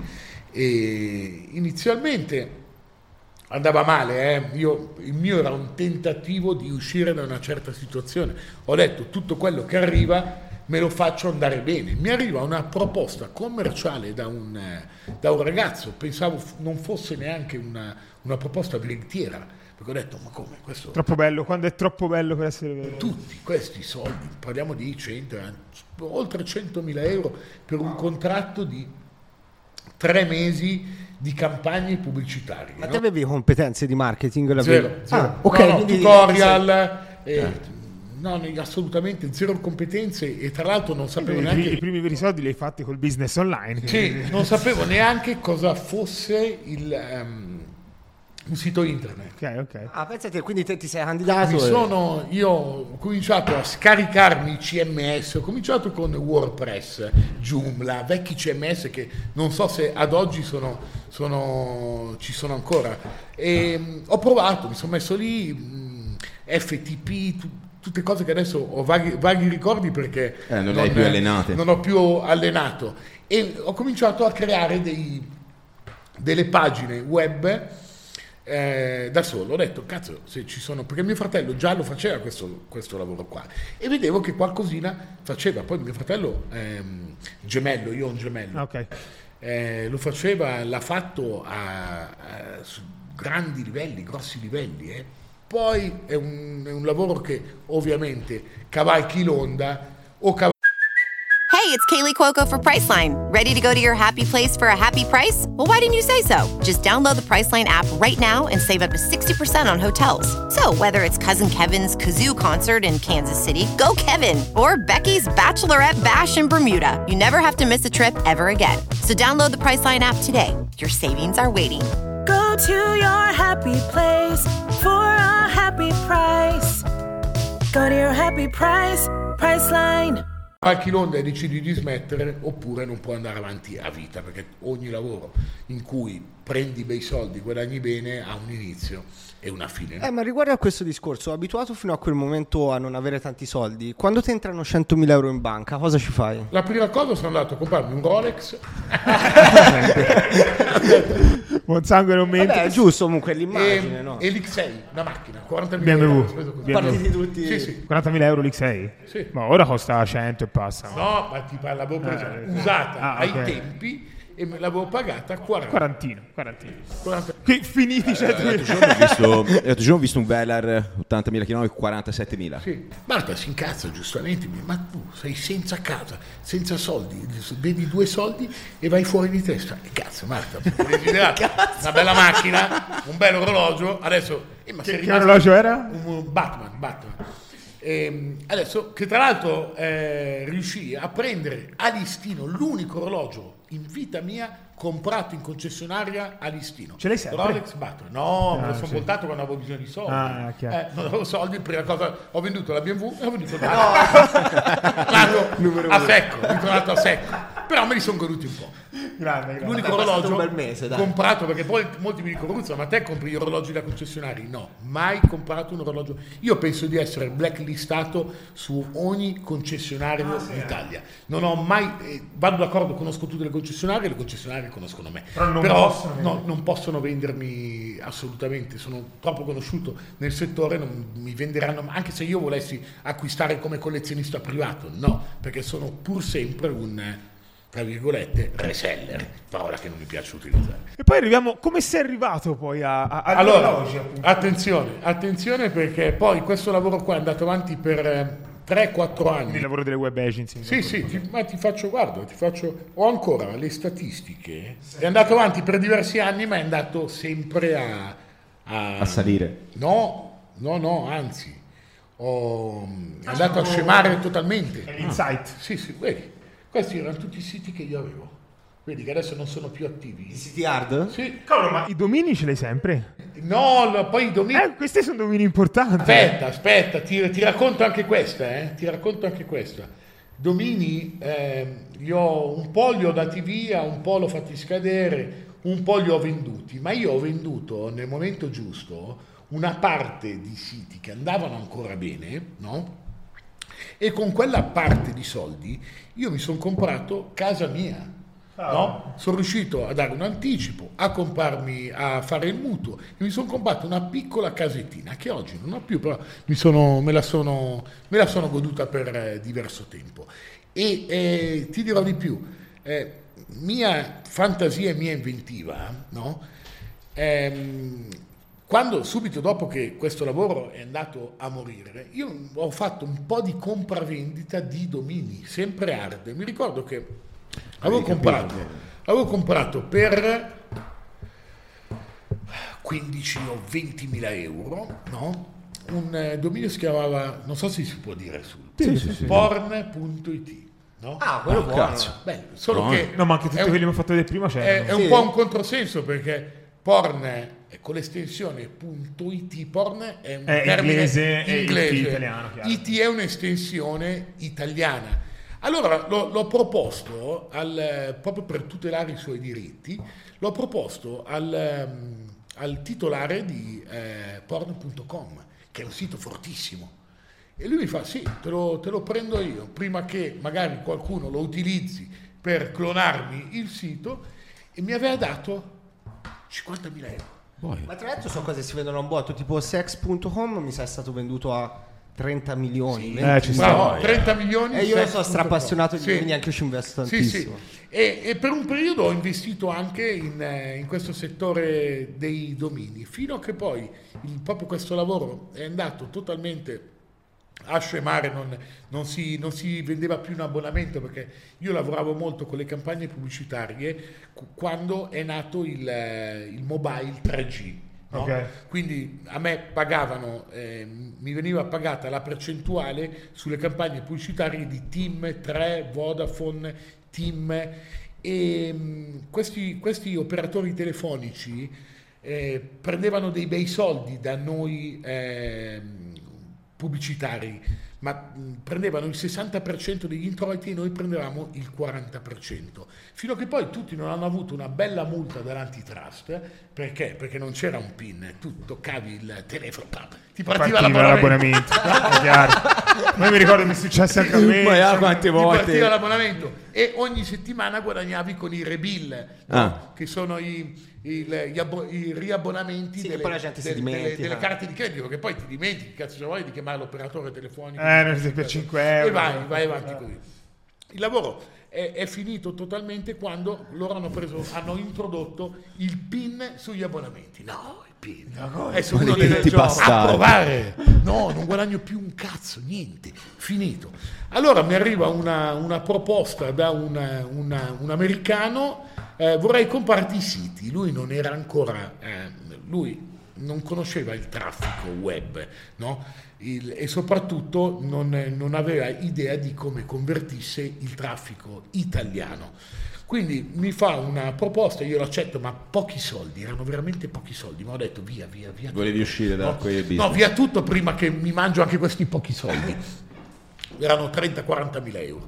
e inizialmente andava male, eh. Io, il mio era un tentativo di uscire da una certa situazione. Ho detto tutto quello che arriva me lo faccio andare bene. Mi arriva una proposta commerciale da un, da un ragazzo, pensavo f- non fosse neanche una, una proposta veritiera, perché ho detto ma come questo... Troppo bello, quando è troppo bello per essere vero. Tutti questi soldi, parliamo di cento, oltre centomila euro per un contratto di tre mesi di campagne pubblicitarie. Ma no? te avevi competenze di marketing? Zero, zero. Ah, ok, No, no, quindi- tutorial, eh, no, no, assolutamente zero competenze e tra l'altro non sapevo I, neanche... i primi veri soldi li hai fatti col business online. Sì, non sapevo neanche cosa fosse il, um, un sito internet. Ok, ok. Ah, pensate, quindi te ti sei candidato. Mi e- sono, io ho cominciato a scaricarmi i C M S, ho cominciato con WordPress, Joomla, vecchi C M S che non so se ad oggi sono, sono, ci sono ancora. E, mh, ho provato, mi sono messo lì, mh, F T P, tu- tutte cose che adesso ho vaghi, vaghi ricordi perché Eh, non le hai più allenate. non ho più allenato. E ho cominciato a creare dei, delle pagine web eh, da solo. Ho detto cazzo, se ci sono, perché mio fratello già lo faceva questo, questo lavoro qua e vedevo che qualcosina faceva. Poi mio fratello ehm, gemello, io ho un gemello, Ah, ok. eh, lo faceva, l'ha fatto a, a- su grandi livelli, grossi livelli, eh. Poi è un, è un lavoro che ovviamente cavalchi l'onda o cavalchi. Hey, it's Kaylee Cuoco for Priceline. Ready to go to your happy place for a happy price? Well, why didn't you say so? Just download the Priceline app right now and save up to sixty percent on hotels. So, whether it's Cousin Kevin's Kazoo concert in Kansas City, go Kevin, or Becky's Bachelorette Bash in Bermuda, you never have to miss a trip ever again. So, download the Priceline app today. Your savings are waiting. Go to your happy place for a happy price. Go to your happy price, Priceline. Cavalchi l'onda e decidi di smettere oppure non puoi andare avanti a vita, perché ogni lavoro in cui prendi bei soldi, guadagni bene, ha un inizio e una fine. Eh, ma riguardo a questo discorso, abituato fino a quel momento a non avere tanti soldi, quando ti entrano centomila euro in banca, cosa ci fai? La prima cosa sono andato a comprarmi un Rolex. Buon sangue non mente. Vabbè, è giusto comunque l'immagine, e, no? e l'X sei, una macchina, quarantamila B M W. euro. ho speso così. B M W. Partiti tutti. Sì, sì. quarantamila euro l'X sei? Sì. Ma ora costa cento e passa. No, ma ti parla, l'avevo presa Eh, usata ah, ai ok. tempi e me l'avevo pagata quaranta. Quarantino, quarantino. quaranta. Qui finiti cento L'altro giorno ho visto, l'altro giorno ho visto un Velar ottantamila chilometri, quarantasettemila. Sì. Marta si incazza giustamente, mi dice, ma tu sei senza casa, senza soldi, vedi due soldi e vai fuori di testa. E cazzo Marta, desiderato una bella macchina, un bel orologio, adesso... Eh, ma sei Che, che rimasto- orologio era? Un Batman, Batman. Ehm, adesso che tra l'altro eh, riuscii a prendere a listino l'unico orologio in vita mia comprato in concessionaria a listino. Ce l'hai sempre? Rolex Batman. No, me Ah, lo sono sì. voltato quando avevo bisogno di soldi. Ah, chiaro. Eh, non avevo soldi, prima cosa ho venduto la B M W e ho venduto il Batman. a secco, mi sono tornato a secco. Però me li sono goduti un po'. Grande, grande. L'unico È passato orologio un bel mese, dai. comprato, perché poi molti mi dicono Ruzzo, ma te compri gli orologi da concessionari? No, mai comprato un orologio. Io penso di essere blacklistato su ogni concessionario d'Italia. Non ho mai, eh, vado d'accordo, conosco tutte le concessionarie, le concessionarie conoscono me. Però non possono no, non possono vendermi assolutamente, sono troppo conosciuto nel settore, non mi venderanno, anche se io volessi acquistare come collezionista privato, no, perché sono pur sempre un, tra virgolette, reseller, parola che non mi piace utilizzare. E poi arriviamo, come sei arrivato poi a, a, agli Allora, orologi, appunto? attenzione, attenzione perché poi questo lavoro qua è andato avanti per eh, tre quattro anni. Il lavoro delle web agency. Sì, sì, ti, ma ti faccio, guarda, ti faccio, ho ancora le statistiche, è andato avanti per diversi anni ma è andato sempre a... A, A salire. No, no, no, anzi, ho è andato a scemare totalmente. È l'insight. Sì, sì, vedi, questi erano tutti i siti che io avevo. Vedi che adesso non sono più attivi. I siti hard? Sì. Cavolo, ma i domini ce l'hai sempre? No, no, poi i domini... Eh, questi sono domini importanti. Aspetta, aspetta, ti, ti racconto anche questa, eh? Ti racconto anche questa. Domini, eh, li ho, un po' li ho dati via, un po' l'ho fatti scadere, un po' li ho venduti, ma io ho venduto nel momento giusto una parte di siti che andavano ancora bene, no? E con quella parte di soldi io mi sono comprato casa mia. No? Sono riuscito a dare un anticipo, a comprarmi, a fare il mutuo e mi sono comprato una piccola casettina che oggi non ho più, però mi sono, me, la sono, me la sono goduta per eh, diverso tempo. E eh, ti dirò di più, eh, mia fantasia e mia inventiva, no? Ehm, quando subito dopo che questo lavoro è andato a morire, io ho fatto un po' di compravendita di domini, sempre hard. Mi ricordo che Avevo comprato, avevo comprato per quindici o venti mila euro, no? Un eh, dominio si chiamava, non so se si può dire sul sì, sì, sì. porn punto it, no? Ah, quello Oh, buono. cazzo. Beh, solo No. che No, ma anche tutti è un- quelli che mi ho fatto vedere prima c'è. è, è un Sì. po' un controsenso perché porn è con l'estensione .it, porn è un È termine inglese e inglese. it italiano, chiaro. I T è un'estensione italiana. Allora l'ho, l'ho proposto al, proprio per tutelare i suoi diritti, l'ho proposto al, um, al titolare di eh, porn punto com, che è un sito fortissimo. E lui mi fa: sì, te lo, te lo prendo io, prima che magari qualcuno lo utilizzi per clonarmi il sito, e mi aveva dato cinquantamila euro. Ma tra l'altro sono cose che si vendono un botto, tipo sex punto com mi sa è stato venduto a trenta milioni. Eh, ci sta. Bravo, trenta milioni. E io non sex sono punto com. strappassionato di Sì. quindi anche io ci investo Sì, sì. tantissimo. E, e per un periodo ho investito anche in, eh, in questo settore dei domini, fino a che poi il- proprio questo lavoro è andato totalmente a scemare, non, non, si, non si vendeva più un abbonamento, perché io lavoravo molto con le campagne pubblicitarie cu- quando è nato il, eh, il mobile tre G. No? Ok. Quindi a me pagavano, eh, mi veniva pagata la percentuale sulle campagne pubblicitarie di TIM, tre, Vodafone, TIM, e mh, questi, questi operatori telefonici eh, prendevano dei bei soldi da noi eh, pubblicitari, ma mh, prendevano il sessanta per cento degli introiti e noi prendevamo il quaranta per cento, fino a che poi tutti non hanno avuto una bella multa dall'antitrust. Perché? Perché non c'era un PIN, tu toccavi il telefono, pam, ti partiva, Partiva l'abbonamento. l'abbonamento. È chiaro. Ma io mi ricordo mi è successo anche a me. Ma ja, quante Ti volte? partiva l'abbonamento e ogni settimana guadagnavi con i rebill, no? Ah. Che sono i, il- gli abbo- i riabbonamenti Sì, che delle, poi la gente si delle- delle- dimentica. delle carte di credito, che poi ti dimentichi, cazzo c'è voglia di chiamare l'operatore telefonico Eh, non sei per cinque euro. e vai, vai avanti così. Il lavoro è, è finito totalmente quando loro hanno preso, hanno introdotto il PIN sugli abbonamenti. No, il PIN. Adesso uno deve maledetti bastardi. approvare. No, non guadagno più un cazzo, niente, finito. Allora mi arriva una, una proposta da una- una- un americano, eh, vorrei comprarti i siti. Lui non era ancora, eh, lui non conosceva il traffico web, no? Il- e soprattutto non, non aveva idea di come convertisse il traffico italiano. Quindi mi fa una proposta, io l'accetto, ma pochi soldi, erano veramente pochi soldi, ma ho detto via, via, via. Volevi tutto. uscire da No, quel business. No, via tutto prima che mi mangio anche questi pochi soldi. Erano trenta quaranta mila euro.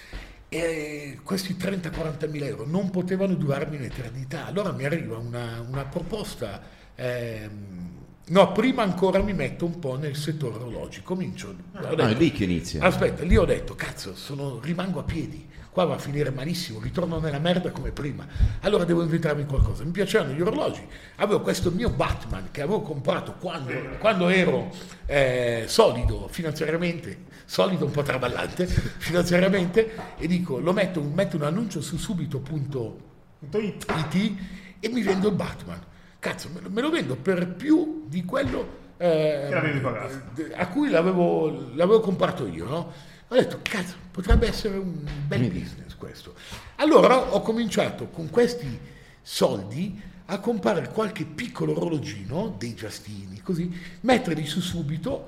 E questi trenta quaranta mila euro non potevano durarmi un'eternità. Allora mi arriva una, una proposta. ehm, no, prima ancora mi metto un po' nel settore orologi. Comincio. ho Ah, detto- è lì che inizia. Aspetta, lì ho detto, cazzo, sono, rimango a piedi. Qua va a finire malissimo, ritorno nella merda come prima. Allora devo inventarmi qualcosa. Mi piacevano gli orologi. Avevo questo mio Batman che avevo comprato quando, quando ero eh, solido finanziariamente, solido un po' traballante finanziariamente, e dico, lo metto, metto un annuncio su subito punto it e mi vendo il Batman. Cazzo, me lo, me lo vendo per più di quello eh, Che l'avevi pagato. a cui l'avevo, l'avevo comprato io, no? Ho detto, cazzo, potrebbe essere un bel business questo. Allora ho cominciato con questi soldi a comprare qualche piccolo orologino, dei giastini, così, metterli su subito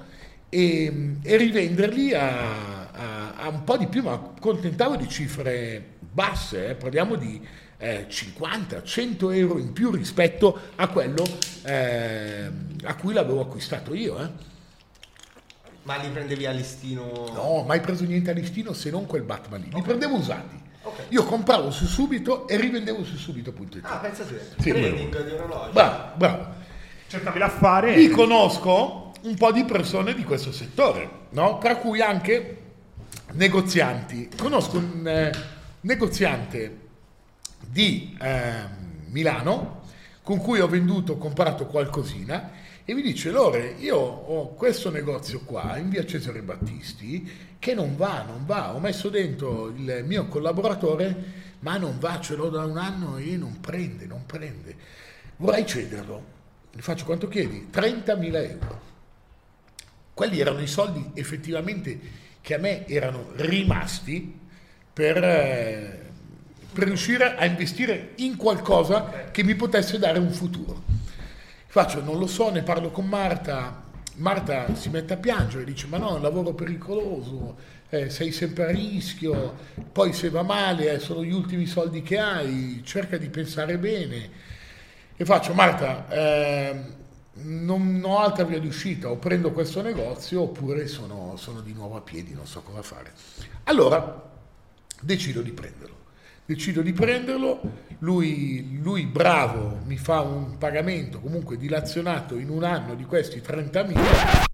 e, e rivenderli a, a, a un po' di più, ma contentavo di cifre basse, eh, parliamo di eh, cinquanta cento euro in più rispetto a quello eh, a cui l'avevo acquistato io. Eh. Ma li prendevi a listino? No, mai preso niente a listino se non quel Batman lì, li prendevo usati. Okay. Io compravo su Subito e rivendevo su subito punto it. Ah, pensa te. Sì, trading di orologi. Bravo, bravo. Cercavi l'affare. Vi conosco un po' di persone di questo settore, no? Tra cui anche negozianti. Conosco un eh, negoziante di eh, Milano con cui ho venduto, ho comprato qualcosina e mi dice: Lore, io ho questo negozio qua in via Cesare Battisti che non va, non va, ho messo dentro il mio collaboratore ma non va, ce l'ho da un anno e non prende, non prende, vorrei cederlo. Gli faccio: quanto chiedi? trentamila euro. Quelli erano i soldi effettivamente che a me erano rimasti per, eh, per riuscire a investire in qualcosa che mi potesse dare un futuro. Faccio: non lo so, ne parlo con Marta. Marta si mette a piangere, dice: ma no, è un lavoro pericoloso, eh, sei sempre a rischio, poi se va male eh, sono gli ultimi soldi che hai, cerca di pensare bene. E faccio: Marta, eh, non ho altra via di uscita, o prendo questo negozio oppure sono, sono di nuovo a piedi, non so cosa fare. Allora decido di prenderlo. Decido di prenderlo, lui, lui bravo mi fa un pagamento comunque dilazionato in un anno di questi trentamila.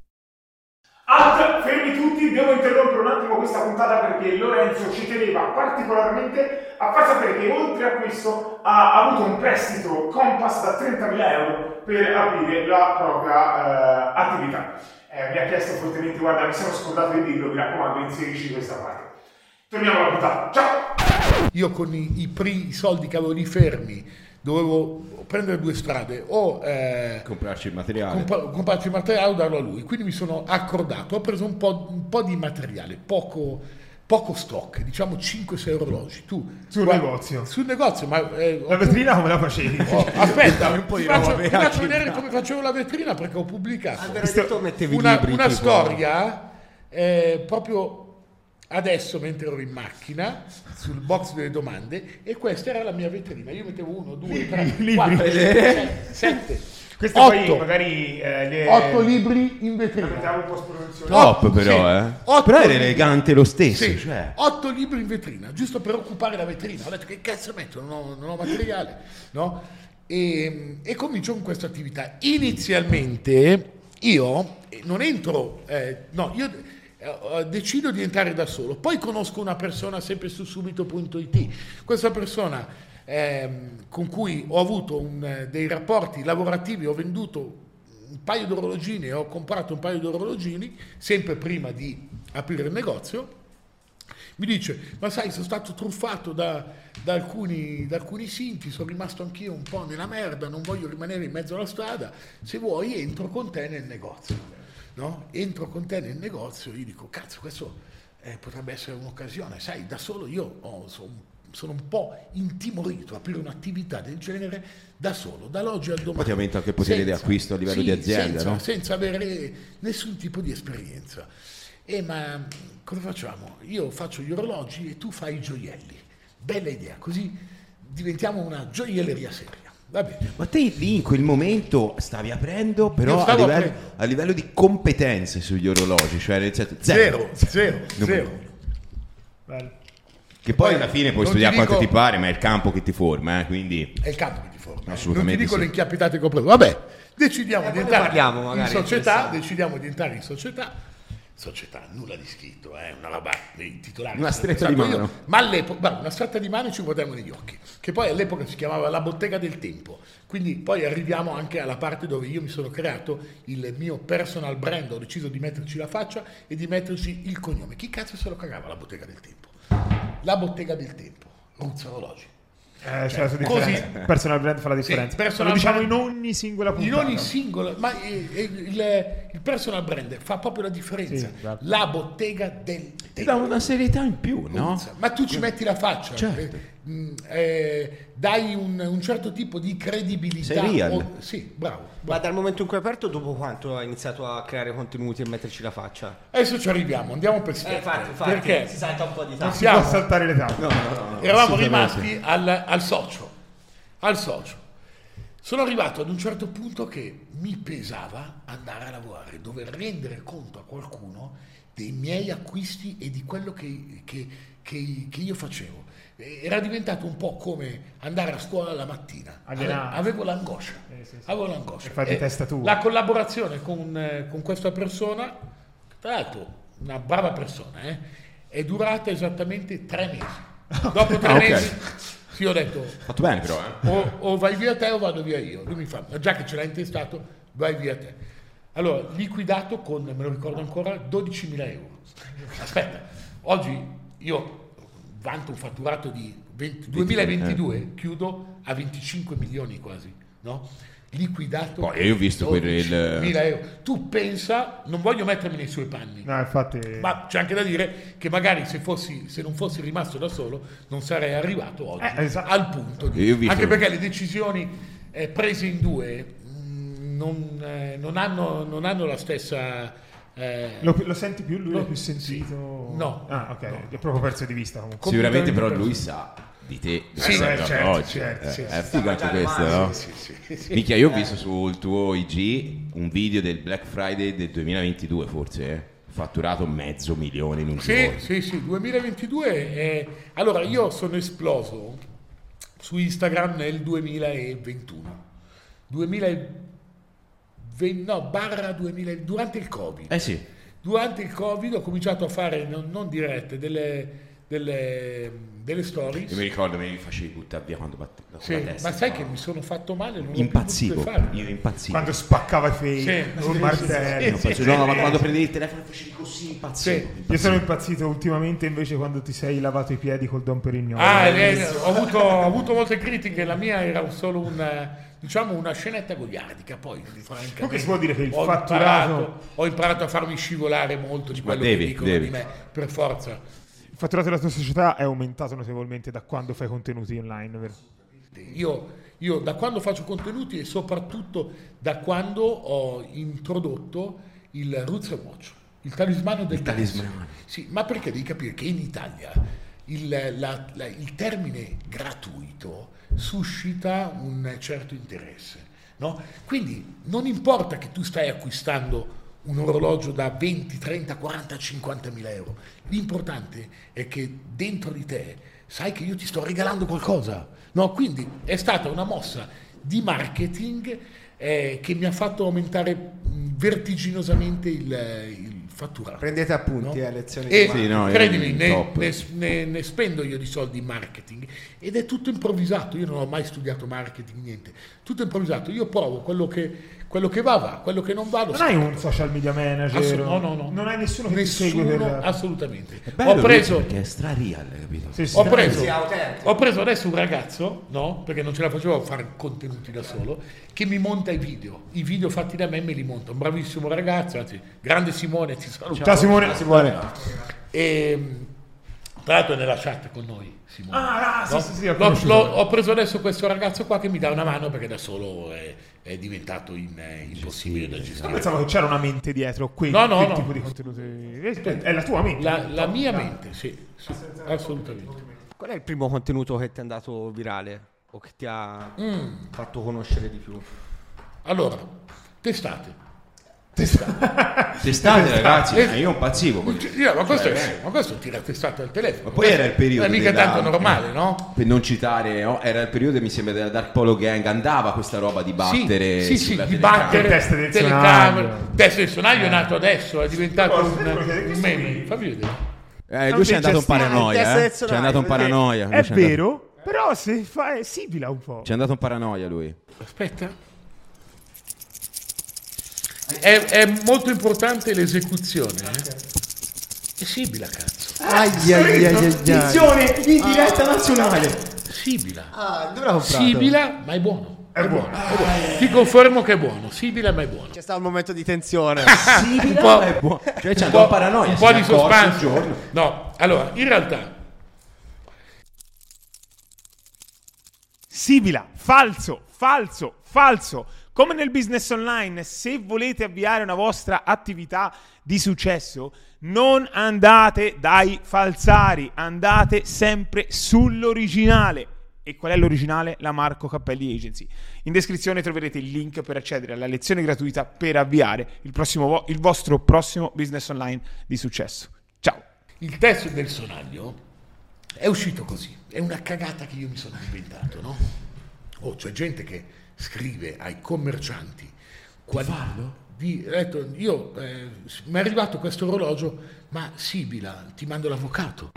Alt, fermi tutti, devo interrompere un attimo questa puntata perché Lorenzo ci teneva particolarmente a far sapere che oltre a questo ha avuto un prestito Compass da trentamila euro per aprire la propria eh, attività. Eh, mi ha chiesto fortemente: guarda, mi sono scordato di dirlo, mi raccomando, inserisci questa parte. Torniamo alla puntata, ciao! Io con i, i, pri, i soldi che avevo lì fermi dovevo prendere due strade, o eh, comprarci il materiale, compa- comprarci il materiale o darlo a lui. Quindi mi sono accordato, ho preso un po', un po' di materiale, poco, poco stock, diciamo cinque sei orologi. Tu sul guarda, negozio? Sul negozio, ma eh, la vetrina come la facevi? Oh, aspetta, un po' di ti faccio, roba ti faccio vedere come facevo la vetrina, perché ho pubblicato detto, mettevi una, libri, una tipo... storia eh, proprio adesso mentre ero in macchina sul box delle domande, e questa era la mia vetrina. Io mettevo uno, due, tre, libri. quattro, cinque, sette, questo otto, poi magari eh, le... otto libri in vetrina. Mettiamo un po' spronzione. top però, sì, eh otto però era libri. elegante lo stesso, Sì, cioè. otto libri in vetrina, giusto per occupare la vetrina. Ho detto: che cazzo metto? Non ho, non ho materiale, no? E, e comincio con questa attività. Inizialmente io non entro, eh, no, io eh, decido di entrare da solo. Poi conosco una persona sempre su subito punto it. Questa persona ehm, con cui ho avuto un, dei rapporti lavorativi, ho venduto un paio di orologini e ho comprato un paio di orologini sempre prima di aprire il negozio. Mi dice: ma sai, sono stato truffato da, da, alcuni, da alcuni sinti, sono rimasto anch'io un po' nella merda, non voglio rimanere in mezzo alla strada, se vuoi entro con te nel negozio, no? Entro con te nel negozio, io dico: cazzo, questo eh, potrebbe essere un'occasione, sai, da solo io oh, sono, sono un po' intimorito a aprire un'attività del genere da solo, dall'oggi al domani. Poi ti aumenta anche il potere di acquisto a livello sì, di azienda, senza, no? senza avere nessun tipo di esperienza. E ma cosa facciamo? Io faccio gli orologi e tu fai i gioielli. Bella idea, così diventiamo una gioielleria seria. Va bene. Ma te lì in quel momento stavi aprendo, però a stavo livello, aprendo. a livello di competenze sugli orologi, cioè nel senso, Zero, zero. zero, Non- zero. Bello. Che poi Poi, alla fine puoi non studiare ti quanto dico- ti pare, ma è il campo che ti forma, eh, quindi È il campo che ti forma. Assolutamente Non ti dico sì. le inchiappitate che ho preso. Vabbè, decidiamo Eh, di poi ne entrare parliamo, in magari, società, interessante. decidiamo di entrare in società. Società, nulla di scritto, eh, una roba dei titolari. Una sono stretta di pensato mano. io, ma all'epoca, guarda, una stretta di mano e ci guardiamo negli occhi, che poi all'epoca si chiamava la bottega del tempo. Quindi poi arriviamo anche alla parte dove io mi sono creato il mio personal brand, ho deciso di metterci la faccia e di metterci il cognome. Chi cazzo se lo cagava la bottega del tempo? La bottega del tempo, Ruzza Orologi. Eh, c'è la sua Così- differenza. Personal brand fa la differenza. Sì, personal Lo diciamo brand- in ogni singola In puntata. ogni singolo, ma eh, eh, il, il personal brand fa proprio la differenza. Sì, esatto. La bottega del ti tempo. dà una serietà in più, no? Ma tu ci metti la faccia, Certo. eh, mh, eh, dai un, un certo tipo di credibilità. Sei real. O, sì, bravo, Ma bravo. dal momento in cui hai aperto, dopo quanto hai iniziato a creare contenuti e metterci la faccia? Adesso ci arriviamo, andiamo per step. Perché si salta un po' di non tempo. siamo, Può saltare le tappe. No, no, no. eravamo rimasti al, al socio. Al socio. Sono arrivato ad un certo punto che mi pesava andare a lavorare, dover rendere conto a qualcuno dei miei acquisti e di quello che, che, che, che io facevo. Era diventato un po' come andare a scuola la mattina. Alienato. Avevo l'angoscia. Eh, sì, sì. Avevo l'angoscia. E fai di testa tua. La collaborazione con, eh, con questa persona, tra l'altro una brava persona, eh, è durata esattamente tre mesi. Dopo tre Ah, ok. mesi sì, ho detto Fatto bene però, eh. o, o vai via te o vado via io. Lui mi fa, già che ce l'hai intestato, vai via te. Allora, liquidato con, me lo ricordo ancora, dodicimila euro. Aspetta, oggi io vanto un fatturato di venti duemilaventidue, chiudo a venticinque milioni quasi, no? Liquidato. Poi io ho visto quel- il- dodicimila euro. Tu pensa, non voglio mettermi nei suoi panni. No, infatti... Ma c'è anche da dire che magari se, fossi, se non fossi rimasto da solo non sarei arrivato oggi Eh, esatto. al punto di... Io ho visto- Anche perché le decisioni eh, prese in due mh, non, eh, non, hanno, non hanno la stessa... eh, Lo, lo senti più? Lui No, l'hai più sentito? sì. No. Ah, ok. No. È proprio perso di vista comunque. Sicuramente però completamente lui perso. sa di te. Sì, Eh, eh, da certo, oggi. certo, Eh, sì, è sì. figo anche questo, no? sì, sì, sì. Minchia, io ho visto sul tuo I G un video del Black Friday del duemilaventidue, forse, eh? Fatturato mezzo milione in un Sì, giorno. sì, sì, duemilaventidue. eh, allora, io sono esploso su Instagram nel duemilaventuno. duemilaventi, no, barra duemila, durante il Covid. Eh sì. Durante il Covid ho cominciato a fare, non, non dirette, delle, delle, delle stories. Io mi ricordo, mi facevi buttare via quando batte la Sì, testa. ma sai che mi sono fatto male? Non l'ho più Impazzivo, potuto fare. io impazzivo. Quando spaccava i fei Sì, col sì, martello. sì, Impazzivo. No, no, ma quando prendevi il telefono facevi così impazzivo. Sì. Io sono impazzito ultimamente invece quando ti sei lavato i piedi col Don Perignone. Ah, eh, ho, avuto, ho avuto molte critiche, la mia era solo un, diciamo, una scenetta goliardica, poi francamente, Comunque si può dire che il ho fatturato- imparato, ho imparato a farmi scivolare molto di Ma quello devi, che dicono devi. di me, per forza. Il fatturato della tua società è aumentato notevolmente da quando fai contenuti online, vero? Io, io da quando faccio contenuti e soprattutto da quando ho introdotto il Roots and Watch, il talismano del dance. talismano. Sì, ma perché devi capire che in Italia il, la- la- il termine gratuito suscita un certo interesse, no? Quindi non importa che tu stai acquistando un orologio da venti, trenta, quaranta, cinquanta mila euro, l'importante è che dentro di te sai che io ti sto regalando qualcosa, no? Quindi è stata una mossa di marketing eh, che mi ha fatto aumentare mh, vertiginosamente il, il fatturato. Prendete appunti, no? eh, lezioni E di Sì, no, io- credimi, ne, top. ne- ne- ne spendo io di soldi in marketing ed è tutto improvvisato. Io non ho mai studiato marketing, niente, tutto improvvisato. Io provo quello che, quello che va, va, quello che non va. Lo Non hai un social media manager? Assolut- no, no, no. Non hai nessuno che Nessuno, ti segue per... assolutamente. Bello, Ho preso, lui, perché è stra real, capito? Sì, sì. ho preso, Sì, autentico. ho preso adesso un ragazzo, no? Perché non ce la facevo a fare contenuti da solo, che mi monta i video. I video fatti da me me li monta. Un bravissimo ragazzo, anzi, grande Simone, ti saluto. Ciao Simone. E, tra l'altro è nella chat con noi, Simone. Ah, ah, sì, No? sì, sì, ho L'ho- conosciuto. l'ho- ho preso adesso questo ragazzo qua che mi dà una mano perché da solo è, è diventato in- eh, impossibile da Io gestire. pensavo che c'era una mente dietro quel, No, no, quel no. tipo di contenuti. Eh, È la tua mente. La, la mia mente, sì, sì, assolutamente. Qual è il primo contenuto che ti è andato virale o che ti ha fatto conoscere di più? Allora, testate. Testate, ragazzi, Eh, eh, io impazzivo. con- Io, ma, questo Cioè, è, ma questo tira testate al telefono. Ma poi era il periodo Non è mica della- tanto normale, no? Per non citare, no? Era il periodo, mi sembra, della Dark Polo Gang, andava questa roba di battere sì, sì, sì, sulla di telecamera. battere Teste del telecamere. sonaglio. Testa del sonaglio è nato adesso, è diventato Oh, un, che un sono meme. i- Fammi vedere. Eh, lui ci è andato un Ah, il paranoia, test eh? del Ci è sonaglio, andato un perché- paranoia. lui È ci andato- vero, però se fa è sibila un po'. Ci è andato un paranoia lui. Aspetta. È, è molto importante l'esecuzione. Eh? È Sibila, cazzo. Ai, ai, ai, ai, ai. Attenzione, in diretta nazionale. Sibila. Ah, dove l'ha comprato? Sibila, ma è buono. È buono. È buono. Ti confermo che è buono. Sibila, ma è buono. C'è stato un momento di tensione. un po', è buono. Cioè ci è un andato po', un paranoia. un si po' è di accorto un suspense. giorno. No, allora, in realtà Sibila, falso, falso, falso. Come nel business online, se volete avviare una vostra attività di successo, non andate dai falsari, andate sempre sull'originale. E qual è l'originale? La Marco Cappelli Agency. In descrizione troverete il link per accedere alla lezione gratuita per avviare il, prossimo vo- il vostro prossimo business online di successo. Ciao! Il test del sonaglio è uscito così, è una cagata che io mi sono inventato, no? Oh, c'è gente che scrive ai commercianti quali di, detto, io eh, mi è arrivato questo orologio, ma Sibila, ti mando l'avvocato.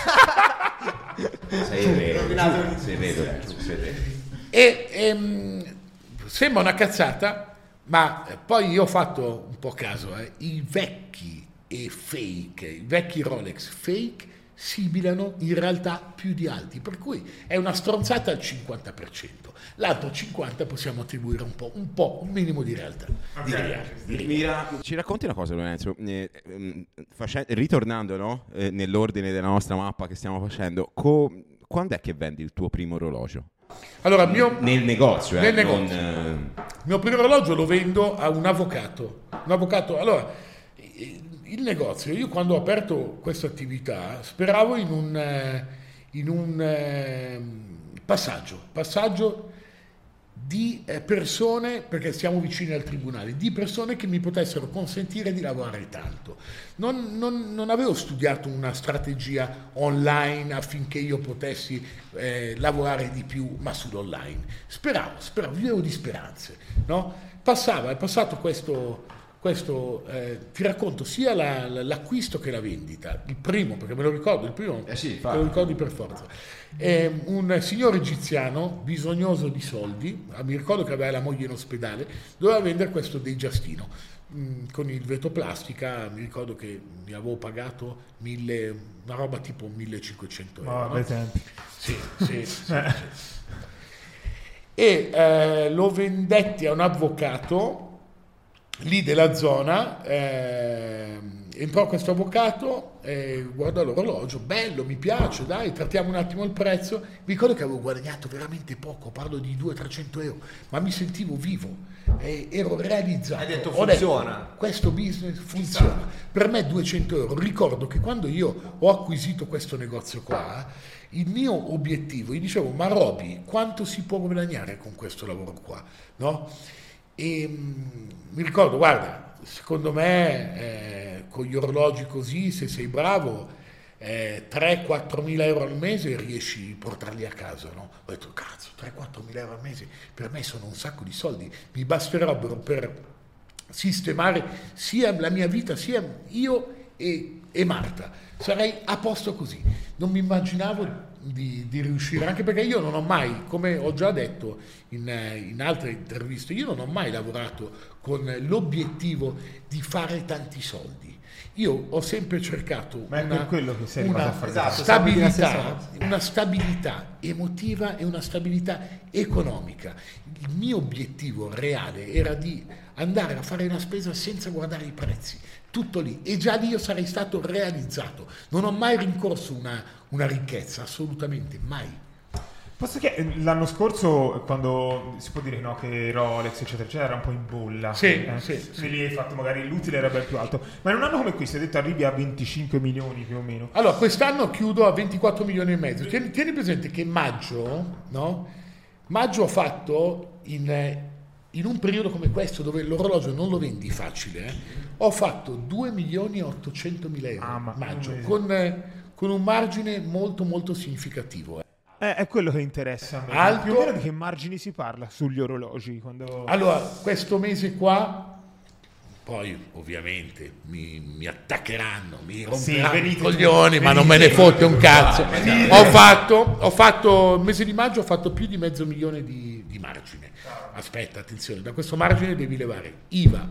Sei vero, sei vero, sei vero. E ehm, sembra una cazzata, ma poi io ho fatto un po' caso, eh, i vecchi e fake, i vecchi Rolex fake sibilano in realtà più di altri, per cui è una stronzata al cinquanta per cento, l'altro cinquanta per cento possiamo attribuire un po', un po', un minimo di realtà. Okay. Di realtà, di realtà. Mira, ci racconti una cosa, Lorenzo? Eh, ehm, face- ritornando no? eh, nell'ordine della nostra mappa che stiamo facendo, co- quando è che vendi il tuo primo orologio? Allora, il mio, Nel negozio, nel eh, negozio. non, eh, Il mio primo orologio lo vendo a un avvocato. Un avvocato. Allora, il negozio, io quando ho aperto questa attività speravo in un, eh, in un eh, passaggio, passaggio di eh, persone, perché siamo vicini al tribunale, di persone che mi potessero consentire di lavorare tanto. Non, non, non avevo studiato una strategia online affinché io potessi eh, lavorare di più, ma sull'online. Speravo, speravo, vivevo di speranze, no? Passava, è passato questo... Questo eh, ti racconto sia la, la, l'acquisto che la vendita. Il primo, perché me lo ricordo, il primo Eh sì, me lo ricordi per forza. Eh, un signore egiziano bisognoso di soldi, mi ricordo che aveva la moglie in ospedale, doveva vendere questo dei Giastino mh, con il vetro plastica. Mi ricordo che mi avevo pagato mille, una roba tipo millecinquecento euro. Oh, no? tempi. Sì, sì, sì, sì. E eh, lo vendetti a un avvocato lì della zona. eh, entrò questo avvocato, eh, guarda l'orologio, bello, mi piace, dai, trattiamo un attimo il prezzo. Mi ricordo che avevo guadagnato veramente poco, parlo di duecento trecento euro, ma mi sentivo vivo, eh, ero realizzato. Hai detto Ho funziona. questo business funziona. Per me duecento euro. Ricordo che quando io ho acquisito questo negozio qua, il mio obiettivo, io dicevo, ma Roby, quanto si può guadagnare con questo lavoro qua, no? E mh, mi ricordo, guarda, secondo me eh, con gli orologi così, se sei bravo, eh, tre quattro mila euro al mese riesci a portarli a casa, no? Ho detto, cazzo, tre quattro mila euro al mese per me sono un sacco di soldi, mi basterebbero per sistemare sia la mia vita, sia io e, e Marta, sarei a posto così. Non mi immaginavo Di, di riuscire, anche perché io non ho mai, come ho già detto in, in altre interviste, io non ho mai lavorato con l'obiettivo di fare tanti soldi. Io ho sempre cercato Ma è una, per quello che sei una arrivato a fare stabilità, una stabilità emotiva e una stabilità economica. Il mio obiettivo reale era di andare a fare una spesa senza guardare i prezzi, tutto lì, e già lì io sarei stato realizzato. Non ho mai rincorso una, una ricchezza, assolutamente mai. Posso che l'anno scorso, quando si può dire no, che Rolex eccetera eccetera era un po' in bolla, Sì, eh? sì, Quindi sì. lì hai fatto magari l'utile era ben più alto, ma in un anno come questo hai detto arrivi a venticinque milioni più o meno. Allora, quest'anno chiudo a ventiquattro milioni e mezzo. Tieni, tieni presente che maggio, no? Maggio ho fatto in, in un periodo come questo, dove l'orologio non lo vendi facile, eh, ho fatto due milioni e ottocentomila euro Ah, ma- maggio, un mese. con, eh, con un margine molto molto significativo. eh. Eh, è quello che interessa a me. Alto. Più o meno di che margini si parla sugli orologi quando... Allora, questo mese qua, poi ovviamente mi, mi attaccheranno, mi Sì, romperanno i venite coglioni, tu, ma non me ne venite. fotte un cazzo. venite. Ho fatto, ho fatto, il mese di maggio ho fatto più di mezzo milione di, di margine. Aspetta, attenzione, da questo margine devi levare I V A.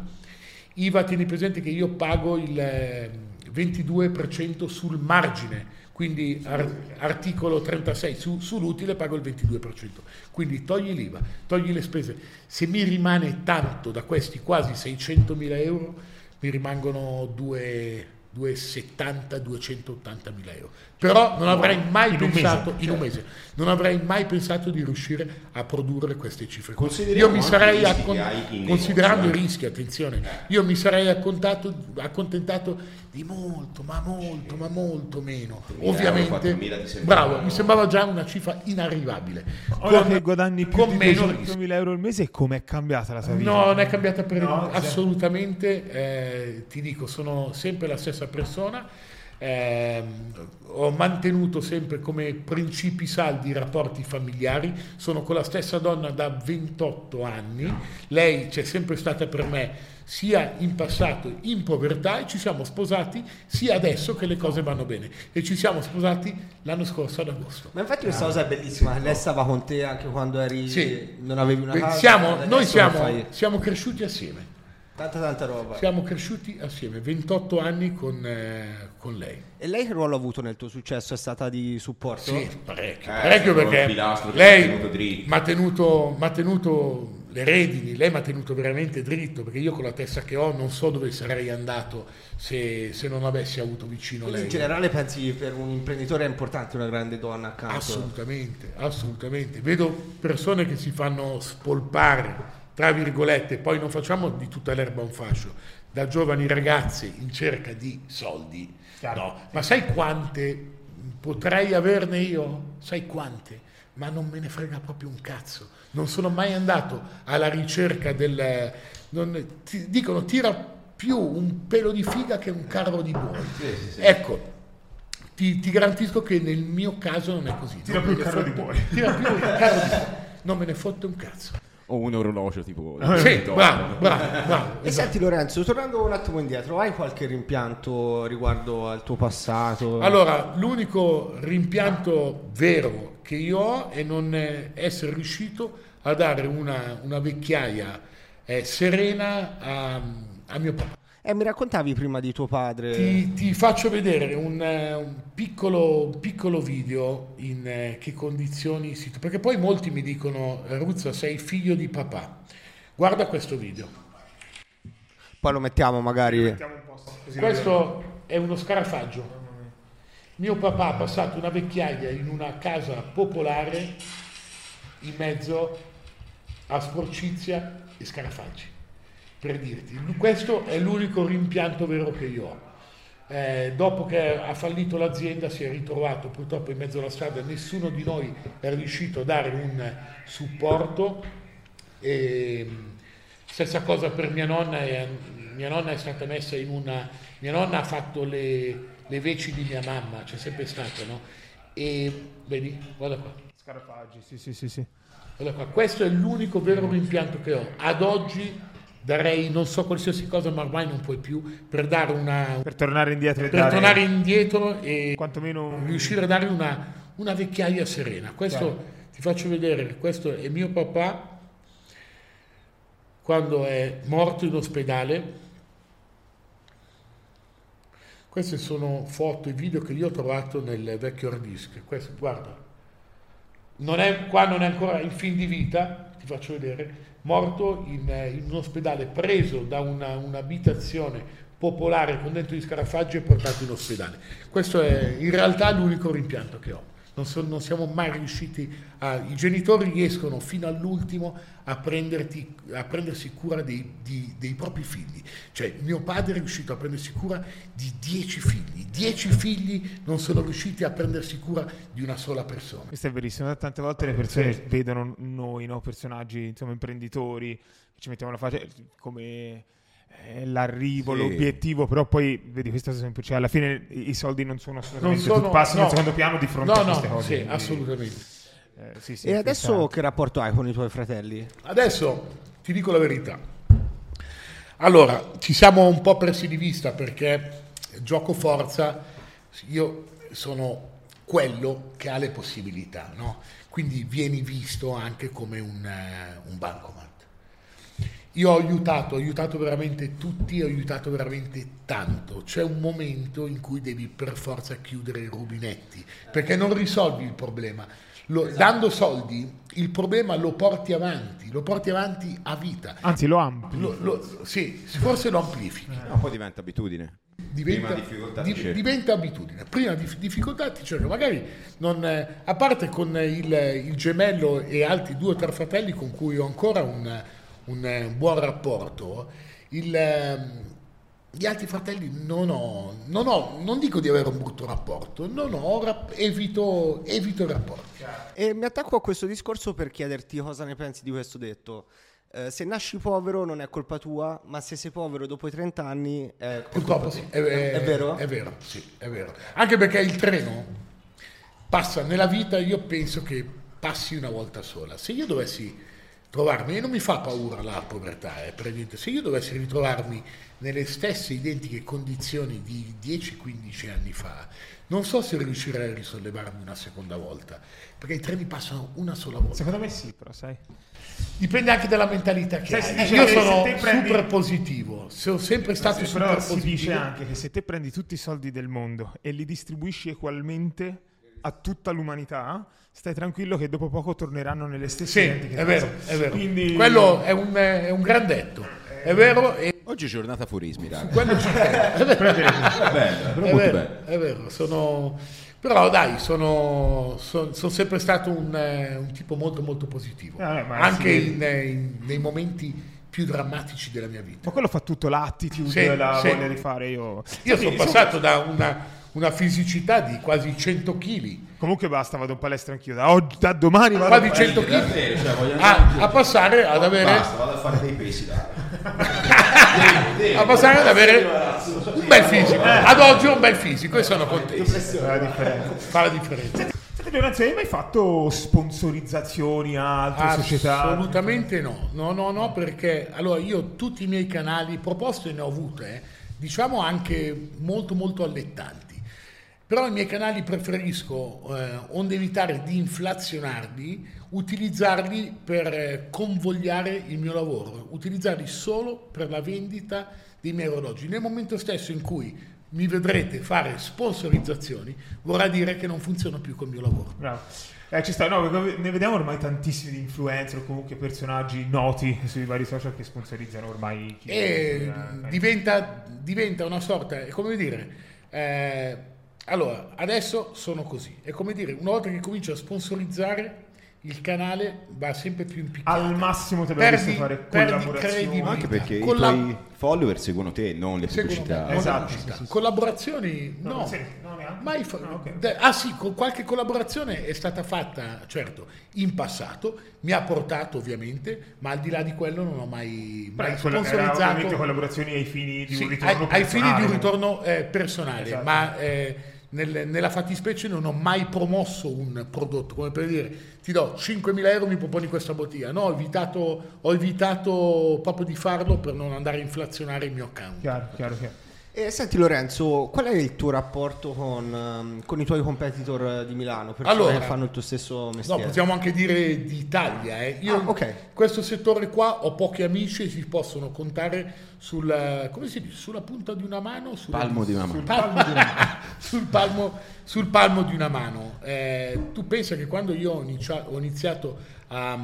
I V A, tieni presente che io pago il eh, ventidue per cento sul margine, quindi ar- articolo trentasei su, sull'utile pago il ventidue per cento, quindi togli l'I V A, togli le spese. Se mi rimane tanto da questi quasi seicentomila euro, mi rimangono due duecentosettanta duecentottanta mila euro. Però non avrei mai in un pensato mese, in un mese non avrei mai pensato di riuscire a produrre queste cifre. Consideriamo Io mi anche sarei i rischi accon- che hai in considerando negozio, i eh. rischi, attenzione, io mi sarei accontato, accontentato di molto, ma molto, ma molto meno. Ovviamente, quattromila ti sembrava, bravo, no? mi sembrava già una cifra inarrivabile. Ora Con- che guadagni più con di meno duecentomila euro al mese, com'è cambiata la tua vita? No, non è cambiata per No, sì. assolutamente, eh, ti dico, sono sempre la stessa persona, eh, ho mantenuto sempre come principi saldi i rapporti familiari, sono con la stessa donna da ventotto anni, lei c'è sempre stata per me sia in passato in povertà e ci siamo sposati sia adesso che le cose vanno bene e ci siamo sposati l'anno scorso ad agosto. Ma infatti questa cosa è bellissima, lei stava con te anche quando eri Sì. non avevi una Beh, casa. siamo- adesso noi lo siamo, fai. siamo cresciuti assieme. Tanta tanta roba. Siamo cresciuti assieme, ventotto anni con, eh, con lei. E lei che ruolo ha avuto nel tuo successo? È stata di supporto? Sì, parecchio, Eh, parecchio col perché pilastro che lei m'ha tenuto dritto. mi ha tenuto, m'ha tenuto le redini, lei mi ha tenuto veramente dritto, perché io con la testa che ho non so dove sarei andato se, se non avessi avuto vicino Quindi lei. in generale pensi che per un imprenditore è importante una grande donna accanto? Assolutamente, assolutamente. Vedo persone che si fanno spolpare, tra virgolette, poi non facciamo di tutta l'erba un fascio, da giovani ragazze in cerca di soldi. No, ma sai quante potrei averne io? Sai quante? Ma non me ne frega proprio un cazzo. Non sono mai andato alla ricerca del... non- ti, dicono tira più un pelo di figa che un carro di buoi. Ecco, ti, ti garantisco che nel mio caso non è così. Tira Non più me il ne carro di fotte- buoi. Tira più il carro di buoi. Non me ne fotte un cazzo. O un orologio tipo... Sì, bravo, bravo, bravo. E senti Lorenzo, tornando un attimo indietro, hai qualche rimpianto riguardo al tuo passato? Allora, l'unico rimpianto vero che io ho è non eh, essere riuscito a dare una, una vecchiaia eh, serena a, a mio papà. Eh, mi raccontavi prima di tuo padre. Ti, ti faccio vedere un, eh, un piccolo, piccolo video in eh, che condizioni si... Perché poi molti mi dicono, Ruzza, sei figlio di papà. Guarda questo video. Poi lo mettiamo magari. Questo è uno scarafaggio. Mio papà ha passato una vecchiaia in una casa popolare in mezzo a sporcizia e scarafaggi. Per dirti, questo è l'unico rimpianto vero che io ho. Eh, dopo che ha fallito l'azienda si è ritrovato purtroppo in mezzo alla strada, nessuno di noi è riuscito a dare un supporto. E stessa cosa per mia nonna, e, mia nonna è stata messa in una... Mia nonna ha fatto le, le veci di mia mamma, c'è sempre stata, no? E vedi, guarda qua. Scarafaggi, sì, sì, sì, sì. Guarda qua, questo è l'unico vero rimpianto che ho. Ad oggi darei, non so qualsiasi cosa, ma ormai non puoi più, per dare una... Per tornare indietro e per dare... tornare indietro e quantomeno riuscire a dare una, una vecchiaia serena. Questo Chiaro. ti faccio vedere, questo è mio papà quando è morto in ospedale. Queste sono foto e video che io ho trovato nel vecchio hard disk. Questo, guarda, non è, qua non è ancora il fin di vita, ti faccio vedere, morto in, in un ospedale, preso da una, un'abitazione popolare con dentro gli scarafaggi e portato in ospedale. Questo è in realtà l'unico rimpianto che ho. Non, so, non siamo mai riusciti a... I genitori riescono fino all'ultimo a, prenderti, a prendersi cura dei, di, dei propri figli. Cioè, mio padre è riuscito a prendersi cura di dieci figli. Dieci figli non sono riusciti a prendersi cura di una sola persona. Questo è verissimo, tante volte le persone vedono noi, no, personaggi, insomma, imprenditori, che ci mettiamo la faccia come eh, l'arrivo, Sì. l'obiettivo, però poi, vedi, questo è sempre, cioè alla fine i i soldi non sono assolutamente, Non sono- tu passi no. in secondo piano di fronte No, a queste no, cose. sì, quindi, assolutamente. eh, sì, sì, E adesso questa- che rapporto hai con i tuoi fratelli? Adesso ti dico la verità. Allora, ci siamo un po' persi di vista perché gioco forza, io sono quello che ha le possibilità, no? Quindi vieni visto anche come un, eh, un bancomat. Io ho aiutato, ho aiutato veramente tutti, ho aiutato veramente tanto. C'è un momento in cui devi per forza chiudere i rubinetti, perché non risolvi il problema. Lo- Dando soldi, il problema lo porti avanti, lo porti avanti a vita. Anzi, lo ampli. Lo- lo- sì, forse lo amplifichi. Ma poi diventa abitudine. diventa, Prima difficoltà di, ti cerco. diventa abitudine. Prima di difficoltà ti cerco, magari non, eh, a parte con il, il gemello e altri due o tre fratelli con cui ho ancora un, un, eh, buon rapporto, il, ehm, gli altri fratelli non ho, non ho, non dico di avere un brutto rapporto, non ho, rap- evito, evito il rapporto. E mi attacco a questo discorso per chiederti cosa ne pensi di questo detto. Eh, se nasci povero non è colpa tua, ma se sei povero dopo i trenta anni è Purtroppo sì, è, è, È vero? È vero, sì, è vero. Anche perché il treno passa nella vita, io penso che passi una volta sola. Se io dovessi trovarmi, e non mi fa paura la povertà, eh, per niente, se io dovessi ritrovarmi nelle stesse identiche condizioni di dieci quindici anni fa, non so se riuscirei a risollevarmi una seconda volta, perché i treni passano una sola volta. Secondo me sì, però sai. Dipende anche dalla mentalità che Sai, si hai. dice Io che sono se te prendi- super positivo, sono sempre stato Sì, super però si positivo. dice anche che se te prendi tutti i soldi del mondo e li distribuisci equalmente a tutta l'umanità, stai tranquillo che dopo poco torneranno nelle stesse Sì, identiche è vero, cose. è vero. Quindi Quello è un, è un gran detto, è vero, e Oggi è giornata furismi, raga. quello ci credo. È vero, È bella, però è molto vero, bella. è vero, sono... Però dai, sono, sono, sono sempre stato un, eh, un tipo molto molto positivo, Eh, ma anche sì. in, in- nei momenti più drammatici della mia vita. ma quello fa tutto l'attitude, Sì, la sì. voglia di fare. Io, Io Sì, sono passato da una, una fisicità di quasi cento chili, Comunque basta, vado in palestra anch'io. Da, oggi, da domani vado quasi in palestra. cento chili, Davvero, cioè, voglio a, andare- a passare ad avere... Basta, vado a fare dei pesi, dai. a passare ad avere un bel fisico. Ad oggi ho un bel fisico e sono contento. Fa la differenza. Fa la differenza. Senti, Lorenzo, hai mai fatto sponsorizzazioni a altre società? Assolutamente no. No, no, no, perché allora io tutti i miei canali, proposte ne ho avute, eh, diciamo anche molto molto allettanti. Però i miei canali preferisco, eh, onde evitare di inflazionarli, utilizzarli per eh, convogliare il mio lavoro, utilizzarli solo per la vendita dei miei orologi. Nel momento stesso in cui mi vedrete fare sponsorizzazioni, vorrà dire che non funziona più col mio lavoro. Bravo. Eh, ci sta, no, perché ne vediamo ormai tantissimi di influencer o comunque personaggi noti sui vari social che sponsorizzano ormai chi- E eh, diventa, diventa una sorta, è come dire, eh, allora adesso sono così, è come dire, una volta che comincio a sponsorizzare il canale va sempre più in picchiata. al massimo te l'ho visto fare perdi collaborazioni. credibilità. Anche perché Colla- i tuoi follower seguono te, non le Secondo pubblicità. me, non Esatto, la pubblicità. sì, sì, sì. Collaborazioni no, No, sì, no, neanche. mai fa- Ah, ok. de- ah sì, con qualche collaborazione è stata fatta, certo, in passato, mi ha portato ovviamente, ma al di là di quello non ho mai, mai Beh, quella- era ovviamente sponsorizzato collaborazioni ai fini di sì, un ritorno ai, ai fini di un personale. ritorno eh, personale, Esatto. ma eh, nel- nella fattispecie non ho mai promosso un prodotto, come per dire ti do cinquemila euro, mi proponi questa bottiglia. No, ho evitato, ho evitato proprio di farlo per non andare a inflazionare il mio account. Chiaro, chiaro, chiaro. E senti Lorenzo, qual è il tuo rapporto con, ehm, con i tuoi competitor di Milano? Persone Allora, che fanno il tuo stesso No, mestiere. possiamo anche dire d'Italia. Eh. Io Ah, ok. questo settore qua ho pochi amici e si possono contare sul, come si dice, sulla punta di una mano, sulla- Palmo di una mano. sul palmo di una mano. sul, palmo, sul palmo di una mano. Eh, tu pensa che quando io ho, inicia- ho iniziato a,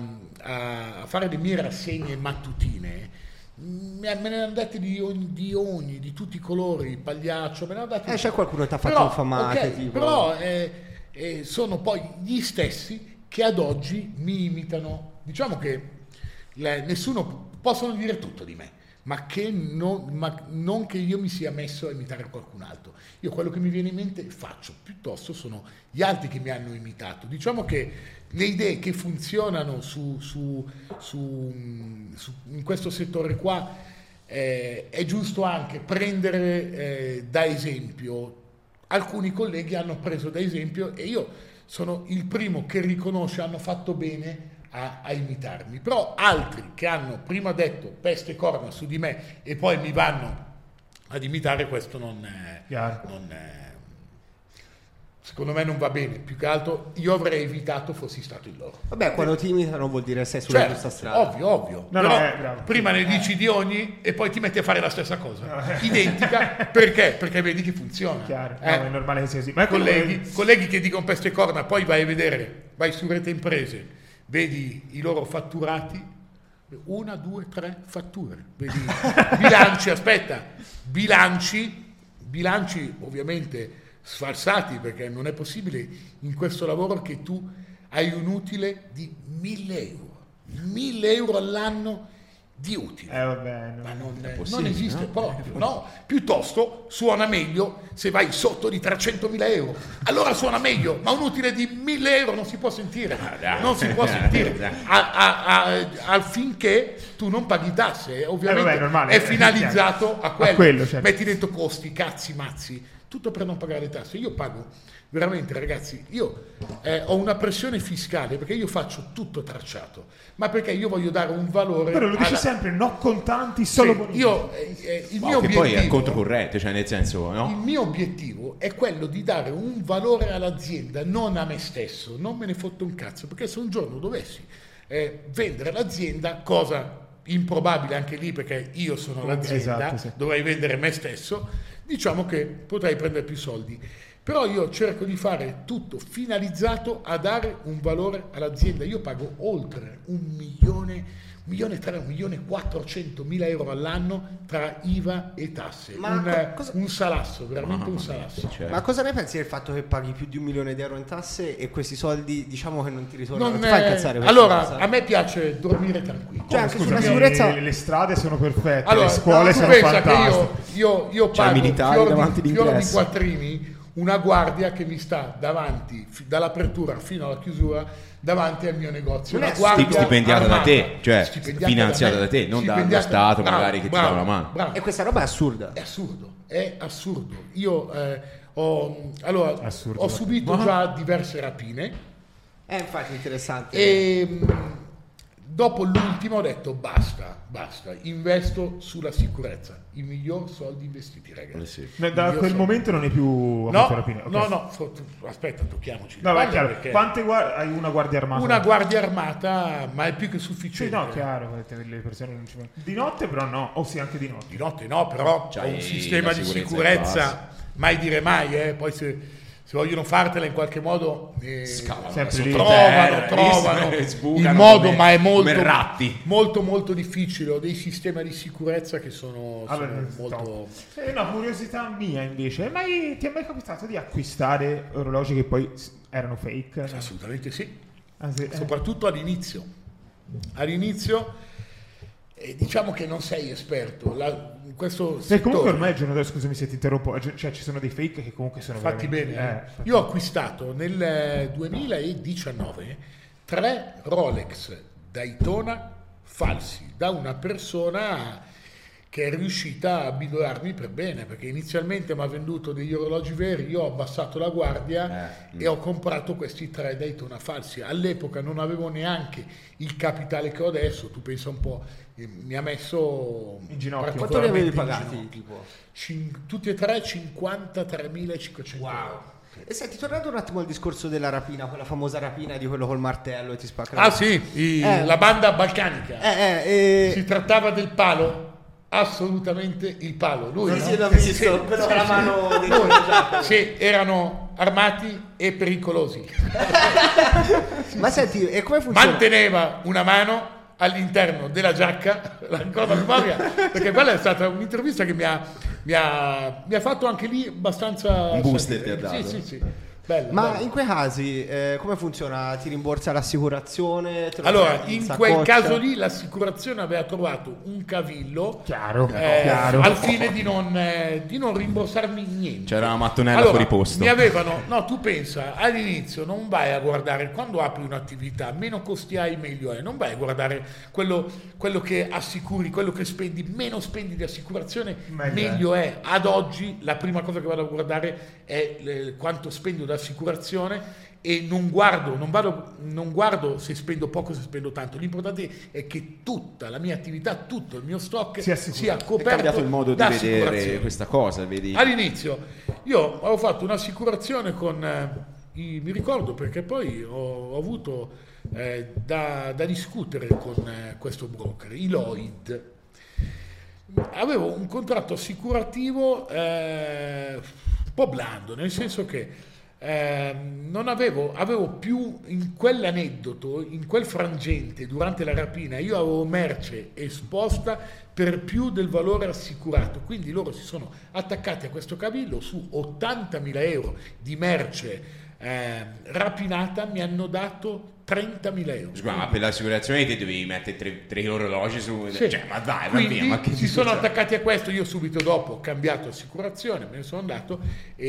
a fare le mie rassegne mattutine, mm, me ne hanno dette di ogni, di ogni, di tutti i colori, Pagliaccio, me ne hanno dette Eh, di- c'è qualcuno che ti ha fatto Però, infamate, ok, tipo... però eh, eh, sono poi gli stessi che ad oggi mi imitano. Diciamo che le- nessuno possono dire tutto di me, ma che non, ma non che io mi sia messo a imitare qualcun altro. Io quello che mi viene in mente faccio, piuttosto sono gli altri che mi hanno imitato. Diciamo che le idee che funzionano su, su, su, su- in questo settore qua eh, è giusto anche prendere eh, da esempio. Alcuni colleghi hanno preso da esempio e io sono il primo che riconosce hanno fatto bene a, a imitarmi, però altri che hanno prima detto peste e corna su di me e poi mi vanno ad imitare, questo non, è- Chiaro. non è- secondo me non va bene. Più che altro io avrei evitato fossi stato il loro. Vabbè, quando ti imitano vuol dire sei sulla Certo, giusta strada. ovvio, ovvio. No, Però no, eh, bravo. prima ne dici di ogni e poi ti metti a fare la stessa cosa, identica, perché? Perché vedi che funziona. Chiaro. Eh? No, è normale che sia così. Ma è quello colleghi, che- colleghi che dicono peste e corna, poi vai a vedere, vai su Rete Imprese, vedi i loro fatturati, una, due, tre fatture, vedi bilanci, aspetta, bilanci bilanci ovviamente sfalsati, perché non è possibile in questo lavoro che tu hai un utile di mille euro, mille euro all'anno di utile. Eh, vabbè, no. Ma non, È non possibile, esiste no? proprio, no? Piuttosto suona meglio se vai sotto di trecentomila euro. Allora suona meglio, ma un utile di mille euro non si può sentire, non si può sentire, a, a, a, a, finché tu non paghi tasse. Ovviamente eh, vabbè, normale, è finalizzato a quello. A quello, certo. Metti dentro costi, cazzi, mazzi, tutto per non pagare le tasse. Io pago. Veramente ragazzi, io eh, ho una pressione fiscale perché io faccio tutto tracciato, ma perché io voglio dare un valore. Però lo dici alla... sempre, no contanti, solo sì, bonifici. io eh, eh, il No, mio che obiettivo poi è controcorrente, cioè nel senso, no? il mio obiettivo è quello di dare un valore all'azienda, non a me stesso, non me ne fotto un cazzo, perché se un giorno dovessi eh, vendere l'azienda, cosa improbabile anche lì perché io sono l'azienda, esatto, sì. dovrei vendere me stesso, diciamo che potrei prendere più soldi. Però io cerco di fare tutto finalizzato a dare un valore all'azienda. Io pago oltre un milione, un milione tre, un milione quattrocentomila euro all'anno tra I V A e tasse. Ma un, co- cosa- un salasso, veramente Mamma un mia, salasso. cioè. Ma cosa ne pensi del fatto che paghi più di un milione di euro in tasse e questi soldi diciamo che non ti ritornano? Non Non ti fa è- incazzare questa allora, cosa? a me piace dormire tranquillo. Cioè, anche Scusami, sulla sicurezza- le, le strade sono perfette, Allora, le scuole tu sono pensa fantastiche. che io, io, io C'è i pago militari fior davanti di, fior di l'ingresso. quattrini, una guardia che mi sta davanti, fi- dall'apertura fino alla chiusura, davanti al mio negozio. Non Una è guardia stipendiata da te, armata, cioè stipendiata finanziata me, da te, non dallo stipendiata- Stato bravo, magari che ti bravo, dà una mano. bravo. E questa roba è assurda. È assurdo, è assurdo. Io eh, ho, allora, Assurdo. ho subito già diverse rapine È infatti interessante. e mh, dopo l'ultimo ho detto basta, basta, investo sulla sicurezza, i miglior soldi investiti ragazzi. Eh sì. Da I da miglior quel soldi. momento non è più a No, rapine. Ok. no, no, fo- aspetta, tocchiamoci. No, le è palle chiaro. perché Quante gua- hai una guardia armata? una guardia armata, ma è più che Sì, sufficiente. no, chiaro, le persone non ci vanno. Di notte però no, o sì anche di notte. Di notte no, però C'hai ho un sistema la di sicurezza sicurezza, mai dire mai, eh. Poi se, se vogliono fartela in qualche modo eh, Scavano sempre sotto lì. trovano, terra, trovano lì, sbucano il modo, come- ma è molto, come ratti. molto molto difficile. Ho dei sistemi di sicurezza che sono, Ah, sono beh, molto... È una curiosità mia invece, ma ti è mai capitato di acquistare orologi che poi s- erano fake? Assolutamente sì, Ah, sì, eh. soprattutto all'inizio. All'inizio eh, diciamo che non sei esperto. La, in questo E settore, comunque ormai al giorno d'oggi, scusami se ti interrompo, al gio- cioè ci sono dei fake che comunque sono fatti veramente- bene. eh, eh. Io ho acquistato nel eh, duemiladiciannove tre Rolex Daytona falsi da una persona che è riuscita a bidolarmi per bene, perché inizialmente mi ha venduto degli orologi veri, io ho abbassato la guardia Eh, e ho comprato questi tre Daytona falsi. All'epoca non avevo neanche il capitale che ho adesso, tu pensa un po', eh, mi ha messo In ginocchio. Quanto li avevi particolarmente in pagati? ginocchio. Tipo? Cin- tutti e tre cinquantatremilacinquecento euro. E senti, tornando un attimo al discorso della rapina, quella famosa rapina di quello col martello e ti spacca la Ah sì, i- Eh. la banda balcanica. Eh, eh, eh, Si trattava del palo? Assolutamente il palo. Lui, Sì, no? sì, l'ho visto, però la mano dentro Lui. la giacca. Sì, erano armati e pericolosi. Ma senti, e come funziona? Manteneva una mano all'interno della giacca, la ricordo a memoria, perché quella è stata un'intervista che mi ha, mi ha, mi ha fatto anche lì abbastanza... Un booster salire. ti ha dato. Sì, sì, sì. Bello, Ma bello. in quei casi eh, come funziona? Ti rimborsa l'assicurazione? Te lo Allora, prendi in saccoccia? quel caso lì l'assicurazione aveva trovato un cavillo Chiaro, eh, chiaro. al fine di non, eh, di non rimborsarmi niente. C'era una mattonella Allora, fuori posto. Mi avevano, no, tu pensa, all'inizio non vai a guardare, quando apri un'attività, meno costi hai, meglio è. Non vai a guardare quello, quello che assicuri, quello che spendi, meno spendi di assicurazione, Meglio meglio, è. Ad oggi la prima cosa che vado a guardare è eh, quanto spendo di assicurazione e non guardo, non, vado, non guardo se spendo poco o se spendo tanto. L'importante è che tutta la mia attività, tutto il mio stock Sia sia, sicuro. È coperto cambiato il modo di da vedere assicurazione. questa cosa, vedi? All'inizio io avevo fatto un'assicurazione con eh, i, mi ricordo perché poi ho, ho avuto eh, da, da discutere con eh, questo broker, i Lloyd. Avevo un contratto assicurativo eh, un po' blando, nel senso che eh, non avevo, avevo più in quell'aneddoto, in quel frangente durante la rapina, io avevo merce esposta per più del valore assicurato, quindi loro si sono attaccati a questo cavillo su ottantamila euro di merce eh, rapinata, mi hanno dato trentamila euro. Scusa, ma per l'assicurazione ti dovevi mettere tre, tre orologi su... Sì. Cioè, ma dai, va Quindi via, ma che si sono c'è? attaccati a questo, io subito dopo ho cambiato assicurazione, me ne sono andato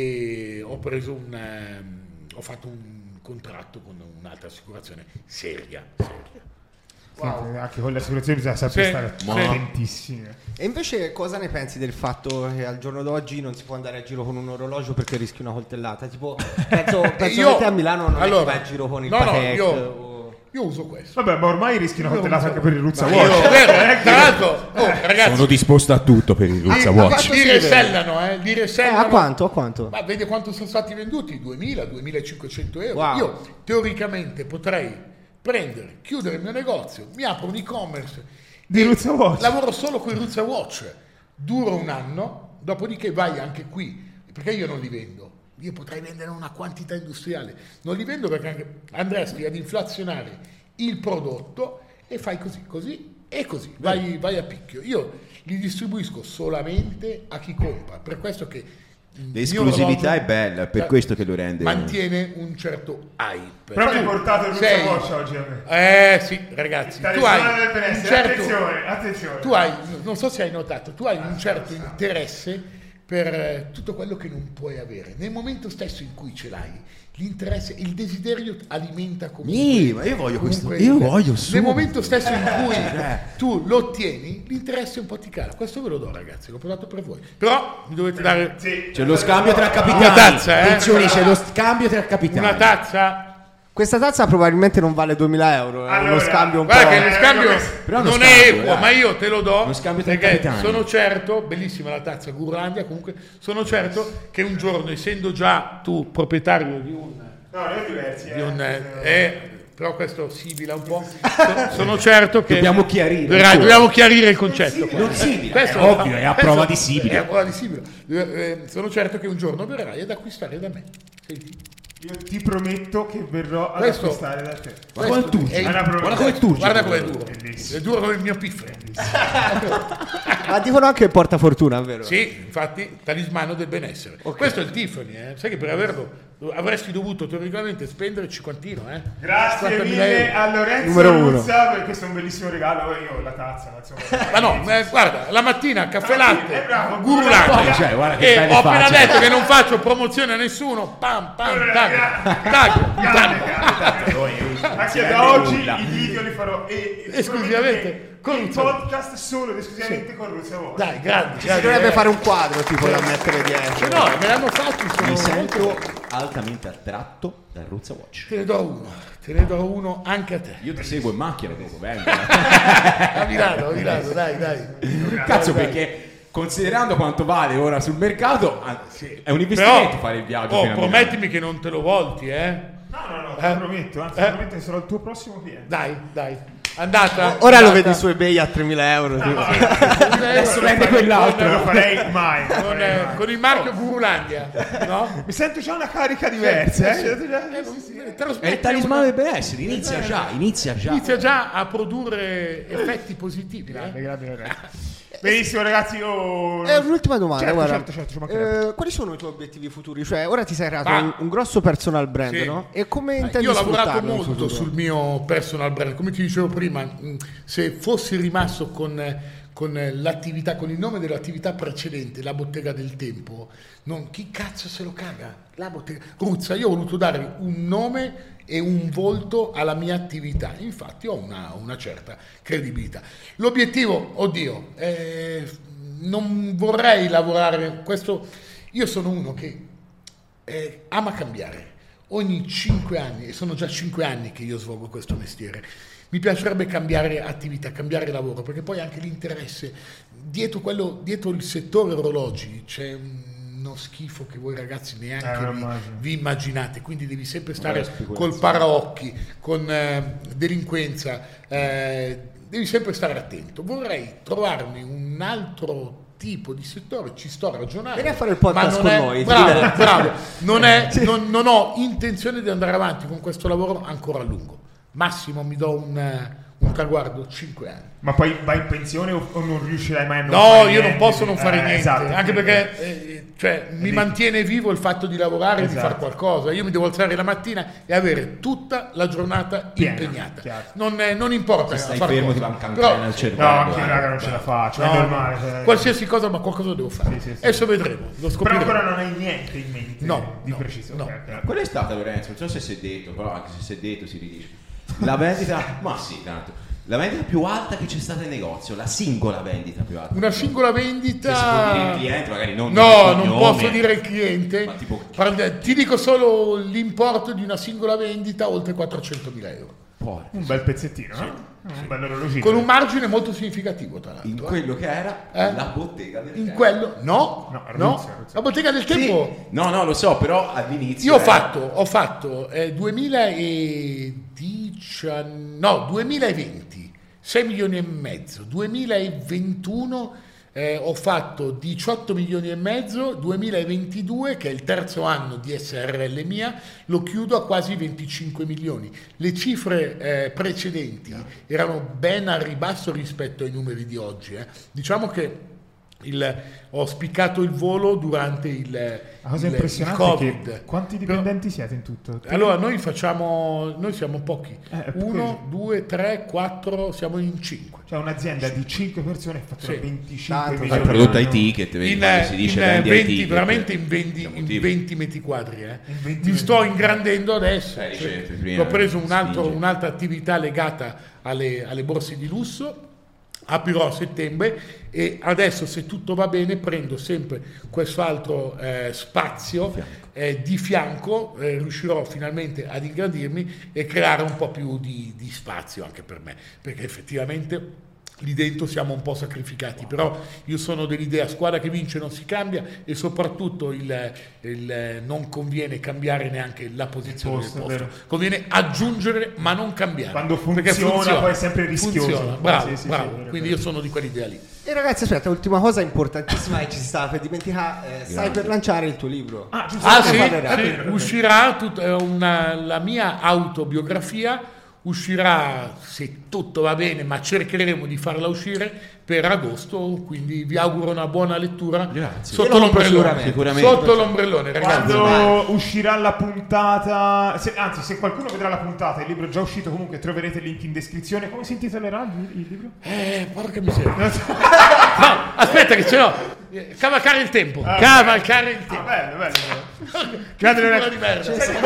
e ho preso un... Um, ho fatto un contratto con un'altra assicurazione seria, seria. Wow. Anche con le assicurazioni bisogna sempre Sì, stare sì. attentissimi. E invece cosa ne pensi del fatto che al giorno d'oggi non si può andare a giro con un orologio perché rischi una coltellata? Tipo, penso, penso Io- che te a Milano non allora, è che vai a giro con il no, no, Patek io- o... Io uso questo. Vabbè, ma ormai rischi una Io coltellata non so. anche per il Ruzza Ma Watch. io- vero, tra l'altro, oh, ragazzi, Sono disposto a tutto per il Ruzza ah, Watch. quanto li si vede? resellano, eh, li Eh, resellano. a quanto? A quanto? Ma vedi quanto sono stati venduti? duemila, duemilacinquecento euro. Wow. Io teoricamente potrei prendere, chiudere il mio negozio, mi apro un e-commerce Di e Ruzza Watch. lavoro solo con i Ruzza Watch, duro un anno, dopodiché vai anche qui, perché io non li vendo. Io potrei vendere una quantità industriale, non li vendo perché anche andresti ad inflazionare il prodotto e fai così, così e così, vai, vai a picchio. Io li distribuisco solamente a chi compra, per questo che il mio L'esclusività orologio è bella, è per questo che lo rende... mantiene un certo hype. Però mi hai Tu portato il Ruzza sei- Watch oggi a me. Eh sì, ragazzi, Il tu hai talismano del un benessere. certo, Attenzione, attenzione. tu hai, non so se hai notato, tu hai un certo interesse per eh, tutto quello che non puoi avere. Nel momento stesso in cui ce l'hai, l'interesse, il desiderio alimenta comunque. Sì, ma io voglio questo, comunque io il- voglio Nel subito. momento stesso in cui tu lo ottieni, l'interesse un po' ti cala. Questo ve lo do, ragazzi, l'ho portato per voi. Però mi dovete dare Sì. C'è lo scambio tra capitani. una tazza, eh? Attenzione, c'è lo scambio tra capitani. Una tazza. Questa tazza probabilmente non vale duemila euro, è Allora, uno scambio un Guarda po'... che lo scambio Però uno non è scambio, equo, dai. ma io te lo do Uno scambio tra perché capitani. sono certo, bellissima la tazza Gurlandia, comunque sono certo che un giorno, essendo già tu proprietario di un, No, ne ho diversi. di eh. un eh, però questo sibila un po', so- sono certo che Dobbiamo chiarire Verrai, ancora. dobbiamo chiarire il concetto qua. Non sibila, Questo è lo ovvio, fa- è a questo- prova di sibila. è a prova di sibila. Eh, eh, sono certo che un giorno verrai ad acquistare da me. Senti. Io ti prometto che verrò ad Questo- acquistare da te. Guarda come turgi. è il- Guarda Guarda come turgi. Guarda com'è duro, Bellissimo. è duro come il mio piffero. Ma dicono anche porta fortuna, vero? Sì, infatti, talismano del benessere. Questo è il Tiffany, eh? Sai che per averlo avresti dovuto teoricamente spendere cinquantino, eh? Grazie cinquantamila mille euro. a Lorenzo Numero uno. Ruzza per questo è un bellissimo regalo. Io ho la tazza, ma insomma. Ma no, eh, guarda, la mattina caffè latte, Eh, bravo, Guru Guru Latte. Latte. Cioè, guarda che E belle ho appena facce. detto che non faccio promozione a nessuno. Pam, pam, tag, tag, tag. Anche da oggi i video li farò e, Esclusivamente con il Ruzza. podcast solo ed esclusivamente con Ruzza Watch. Dai, grandi, Si grandi. dovrebbe eh. fare un quadro tipo da mettere dietro. No, me l'hanno fatti, sono Mi molto- sento altamente attratto dal Ruzza Watch. Te ne do uno, te ne do uno anche a te. Io ti seguo in macchina dopo, vengo. A Milano, a Milano, dai, dai. Cazzo, Dai, dai. perché considerando quanto vale ora sul mercato, ah, Sì. è un investimento Però, fare il viaggio. oh, fino a Milano. promettimi che non te lo volti, eh? No, no, no, te Eh? lo prometto, anzi, Eh? prometto che sarò il tuo prossimo cliente. Dai, dai. Andata. Ora lo andata. vedi su eBay a tremila euro. tipo. Adesso vende Non lo quell'altro. farei mai. non lo con, farei eh, mai. con il marchio Gurulandia, no? Mi sento già una carica diversa. Sì, eh. sì. Eh, non si- te lo È smetti il talismano uno- del benessere, inizia già, inizia già. Inizia già a produrre effetti positivi. Grande, eh? grande, grande. Benissimo, ragazzi. Io... Eh, un'ultima domanda, Certo, guarda. certo, certo, ci mancherebbe. Eh, quali sono i tuoi obiettivi futuri? Cioè, ora ti sei creato Ma- un, un grosso personal brand, Sì. no? E come Eh, intendi Io ho lavorato sfruttarlo in molto futuro? sul mio personal brand, come ti dicevo prima, mh, se fossi rimasto con, eh, con eh, l'attività, con il nome dell'attività precedente, la bottega del tempo, non, chi cazzo se lo caga? La bottega. Ruzza, io ho voluto dare un nome e un volto alla mia attività, infatti ho una, una certa credibilità. L'obiettivo, oddio, eh, non vorrei lavorare, questo, io sono uno che eh, ama cambiare. Ogni cinque anni, e sono già cinque anni che io svolgo questo mestiere, mi piacerebbe cambiare attività, cambiare lavoro, perché poi anche l'interesse, dietro, quello, dietro il settore orologi c'è uno schifo che voi ragazzi neanche Eh, vi, immagino. vi immaginate, quindi devi sempre stare speculazione. col paraocchi, con eh, delinquenza, eh, devi sempre stare attento. Vorrei trovarmi un altro tipo di settore, ci sto ragionando. Vieni a fare il podcast ma non con è, noi. Bravo, bravo. Non, è, non, non ho intenzione di andare avanti con questo lavoro ancora a lungo. Massimo mi do un, un traguardo cinque anni. Ma poi vai in pensione o, o non riuscirai mai a non no, fare io niente? non posso non fare Eh, niente, esatto, anche quindi- perché eh, cioè, mi lì. mantiene vivo il fatto di lavorare e di Esatto. fare qualcosa. Io mi devo alzare la mattina e avere tutta la giornata Piena, impegnata. chiaro. Non, eh, non importa. Se stai fare fermo cosa. ti va un cancrena Però- al No, cervello. anche io, eh. raga, non ce la faccio, No, è no, normale. cioè- qualsiasi cosa, ma qualcosa devo fare. Sì, sì, sì. Adesso vedremo, lo Però scopriremo. ancora non hai niente in mente No, di no, preciso. no. ok, ok. Qual è stata, Lorenzo? Non so se si è detto, però anche se si è detto si ridice. La vendita, ma sì, tanto. La vendita più alta che c'è stata in negozio, la singola vendita più alta. Una singola Se si può dire vendita. il cliente, magari non No, il non cognome. posso dire il cliente. Ma tipo- Guarda, ti dico solo l'importo di una singola vendita oltre quattrocentomila euro. Porca. Un bel pezzettino, no? Un bel orologino. Con un margine molto significativo, tra l'altro. In eh. quello che era Eh? la bottega del In tempo. quello, no, No, no, Arruzia, Arruzia. la bottega del Sì. tempo. No, no, lo so, però all'inizio Io ho era- fatto, ho fatto eh, duemiladiciannove, no, duemilaventi, sei milioni e mezzo, duemilaventuno eh, ho fatto diciotto milioni e mezzo, duemilaventidue, che è il terzo anno di S R L mia, lo chiudo a quasi venticinque milioni. Le cifre eh, precedenti erano ben a ribasso rispetto ai numeri di oggi. eh. Diciamo che il, ho spiccato il volo durante il, La cosa il- impressionante il è Covid. che quanti Però- dipendenti siete in tutto? allora noi facciamo, noi siamo pochi, Eh, uno, due, tre, quattro, siamo in cinque. Cioè un'azienda di cinque persone fattura Sì. venticinque Tanto, Hai milioni. prodotto ai l'anno. ticket, vedi, In, quando si dice in vendi ai venti, ticket. veramente in venti, C'è in motivo. venti metri quadri. Eh. In venti Mi metri sto quadri. ingrandendo adesso. Eh, cioè, dicevi prima, ho preso un altro- spingi. un'altra attività legata alle, alle borse di lusso. Aprirò a settembre e adesso, se tutto va bene, prendo sempre questo altro eh, spazio eh, di fianco, eh, riuscirò finalmente ad ingrandirmi e creare un po' più di, di spazio anche per me, perché effettivamente lì dentro siamo un po' sacrificati, però io sono dell'idea squadra che vince non si cambia e soprattutto il, il- non conviene cambiare neanche la posizione Il posto, del posto, vero. conviene aggiungere ma non cambiare. Quando Perché funziona, poi è sempre rischioso. funziona. Bravo, Sì, sì, sì, bravo. vero, Quindi vero. io sono di quell'idea lì. E ragazzi, aspetta, ultima cosa importantissima che ci si stava per dimenticare. eh, stai per lanciare il tuo libro. Ah, giusto. Ah ne sì, parlerà. sì, uscirà tut- eh, una- la mia autobiografia, uscirà se tutto va bene, ma cercheremo di farla uscire per agosto, quindi vi auguro una buona lettura. Grazie. Sotto Io lo compro l'ombrellone, sicuramente. sotto l'ombrellone, ragazzi. Quando uscirà la puntata, se- anzi, se qualcuno vedrà la puntata, il libro è già uscito, comunque troverete il link in descrizione. Come si intitolerà il, il libro? Eh, porca miseria. No, aspetta che ce l'ho. Eh, Cavalcare il tempo. Ah, Cavalcare il Ah, tempo. bello, bello. bello. Grande Grande di merda.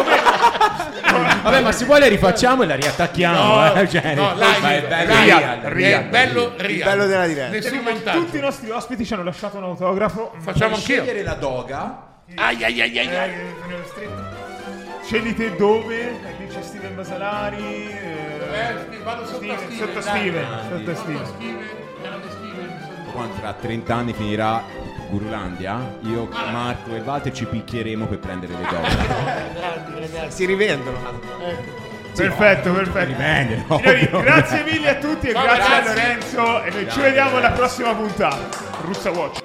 Vabbè, ma se vuoi la rifacciamo e la riattacchiamo. No, eh, cioè, no, ma live, è bello live, real, è real, bello real. real. bello della diretta. Nessun Tutti montaggio. i nostri ospiti ci hanno lasciato un autografo. Facciamo Puoi anch'io. scegliere la doga. Ai ai ai ai, Eh, ai. nello stretto. Scegli te dove, eh, lì c'è Steven Basalari. eh, Eh, vado sotto a Steven, sotto dai. Steven, Ah, sotto Sotto Steven. Steven, grande Steven. Quando tra trenta anni finirà Gurulandia, io, Marco e Walter ci picchieremo per prendere le doga. Grandi ragazzi. Si rivendono. Perfetto, perfetto. Rivende, Signori, ovvio. grazie mille a tutti e Ciao, grazie a ragazzi. Lorenzo e noi ci vediamo alla prossima puntata. Ruzza Watch.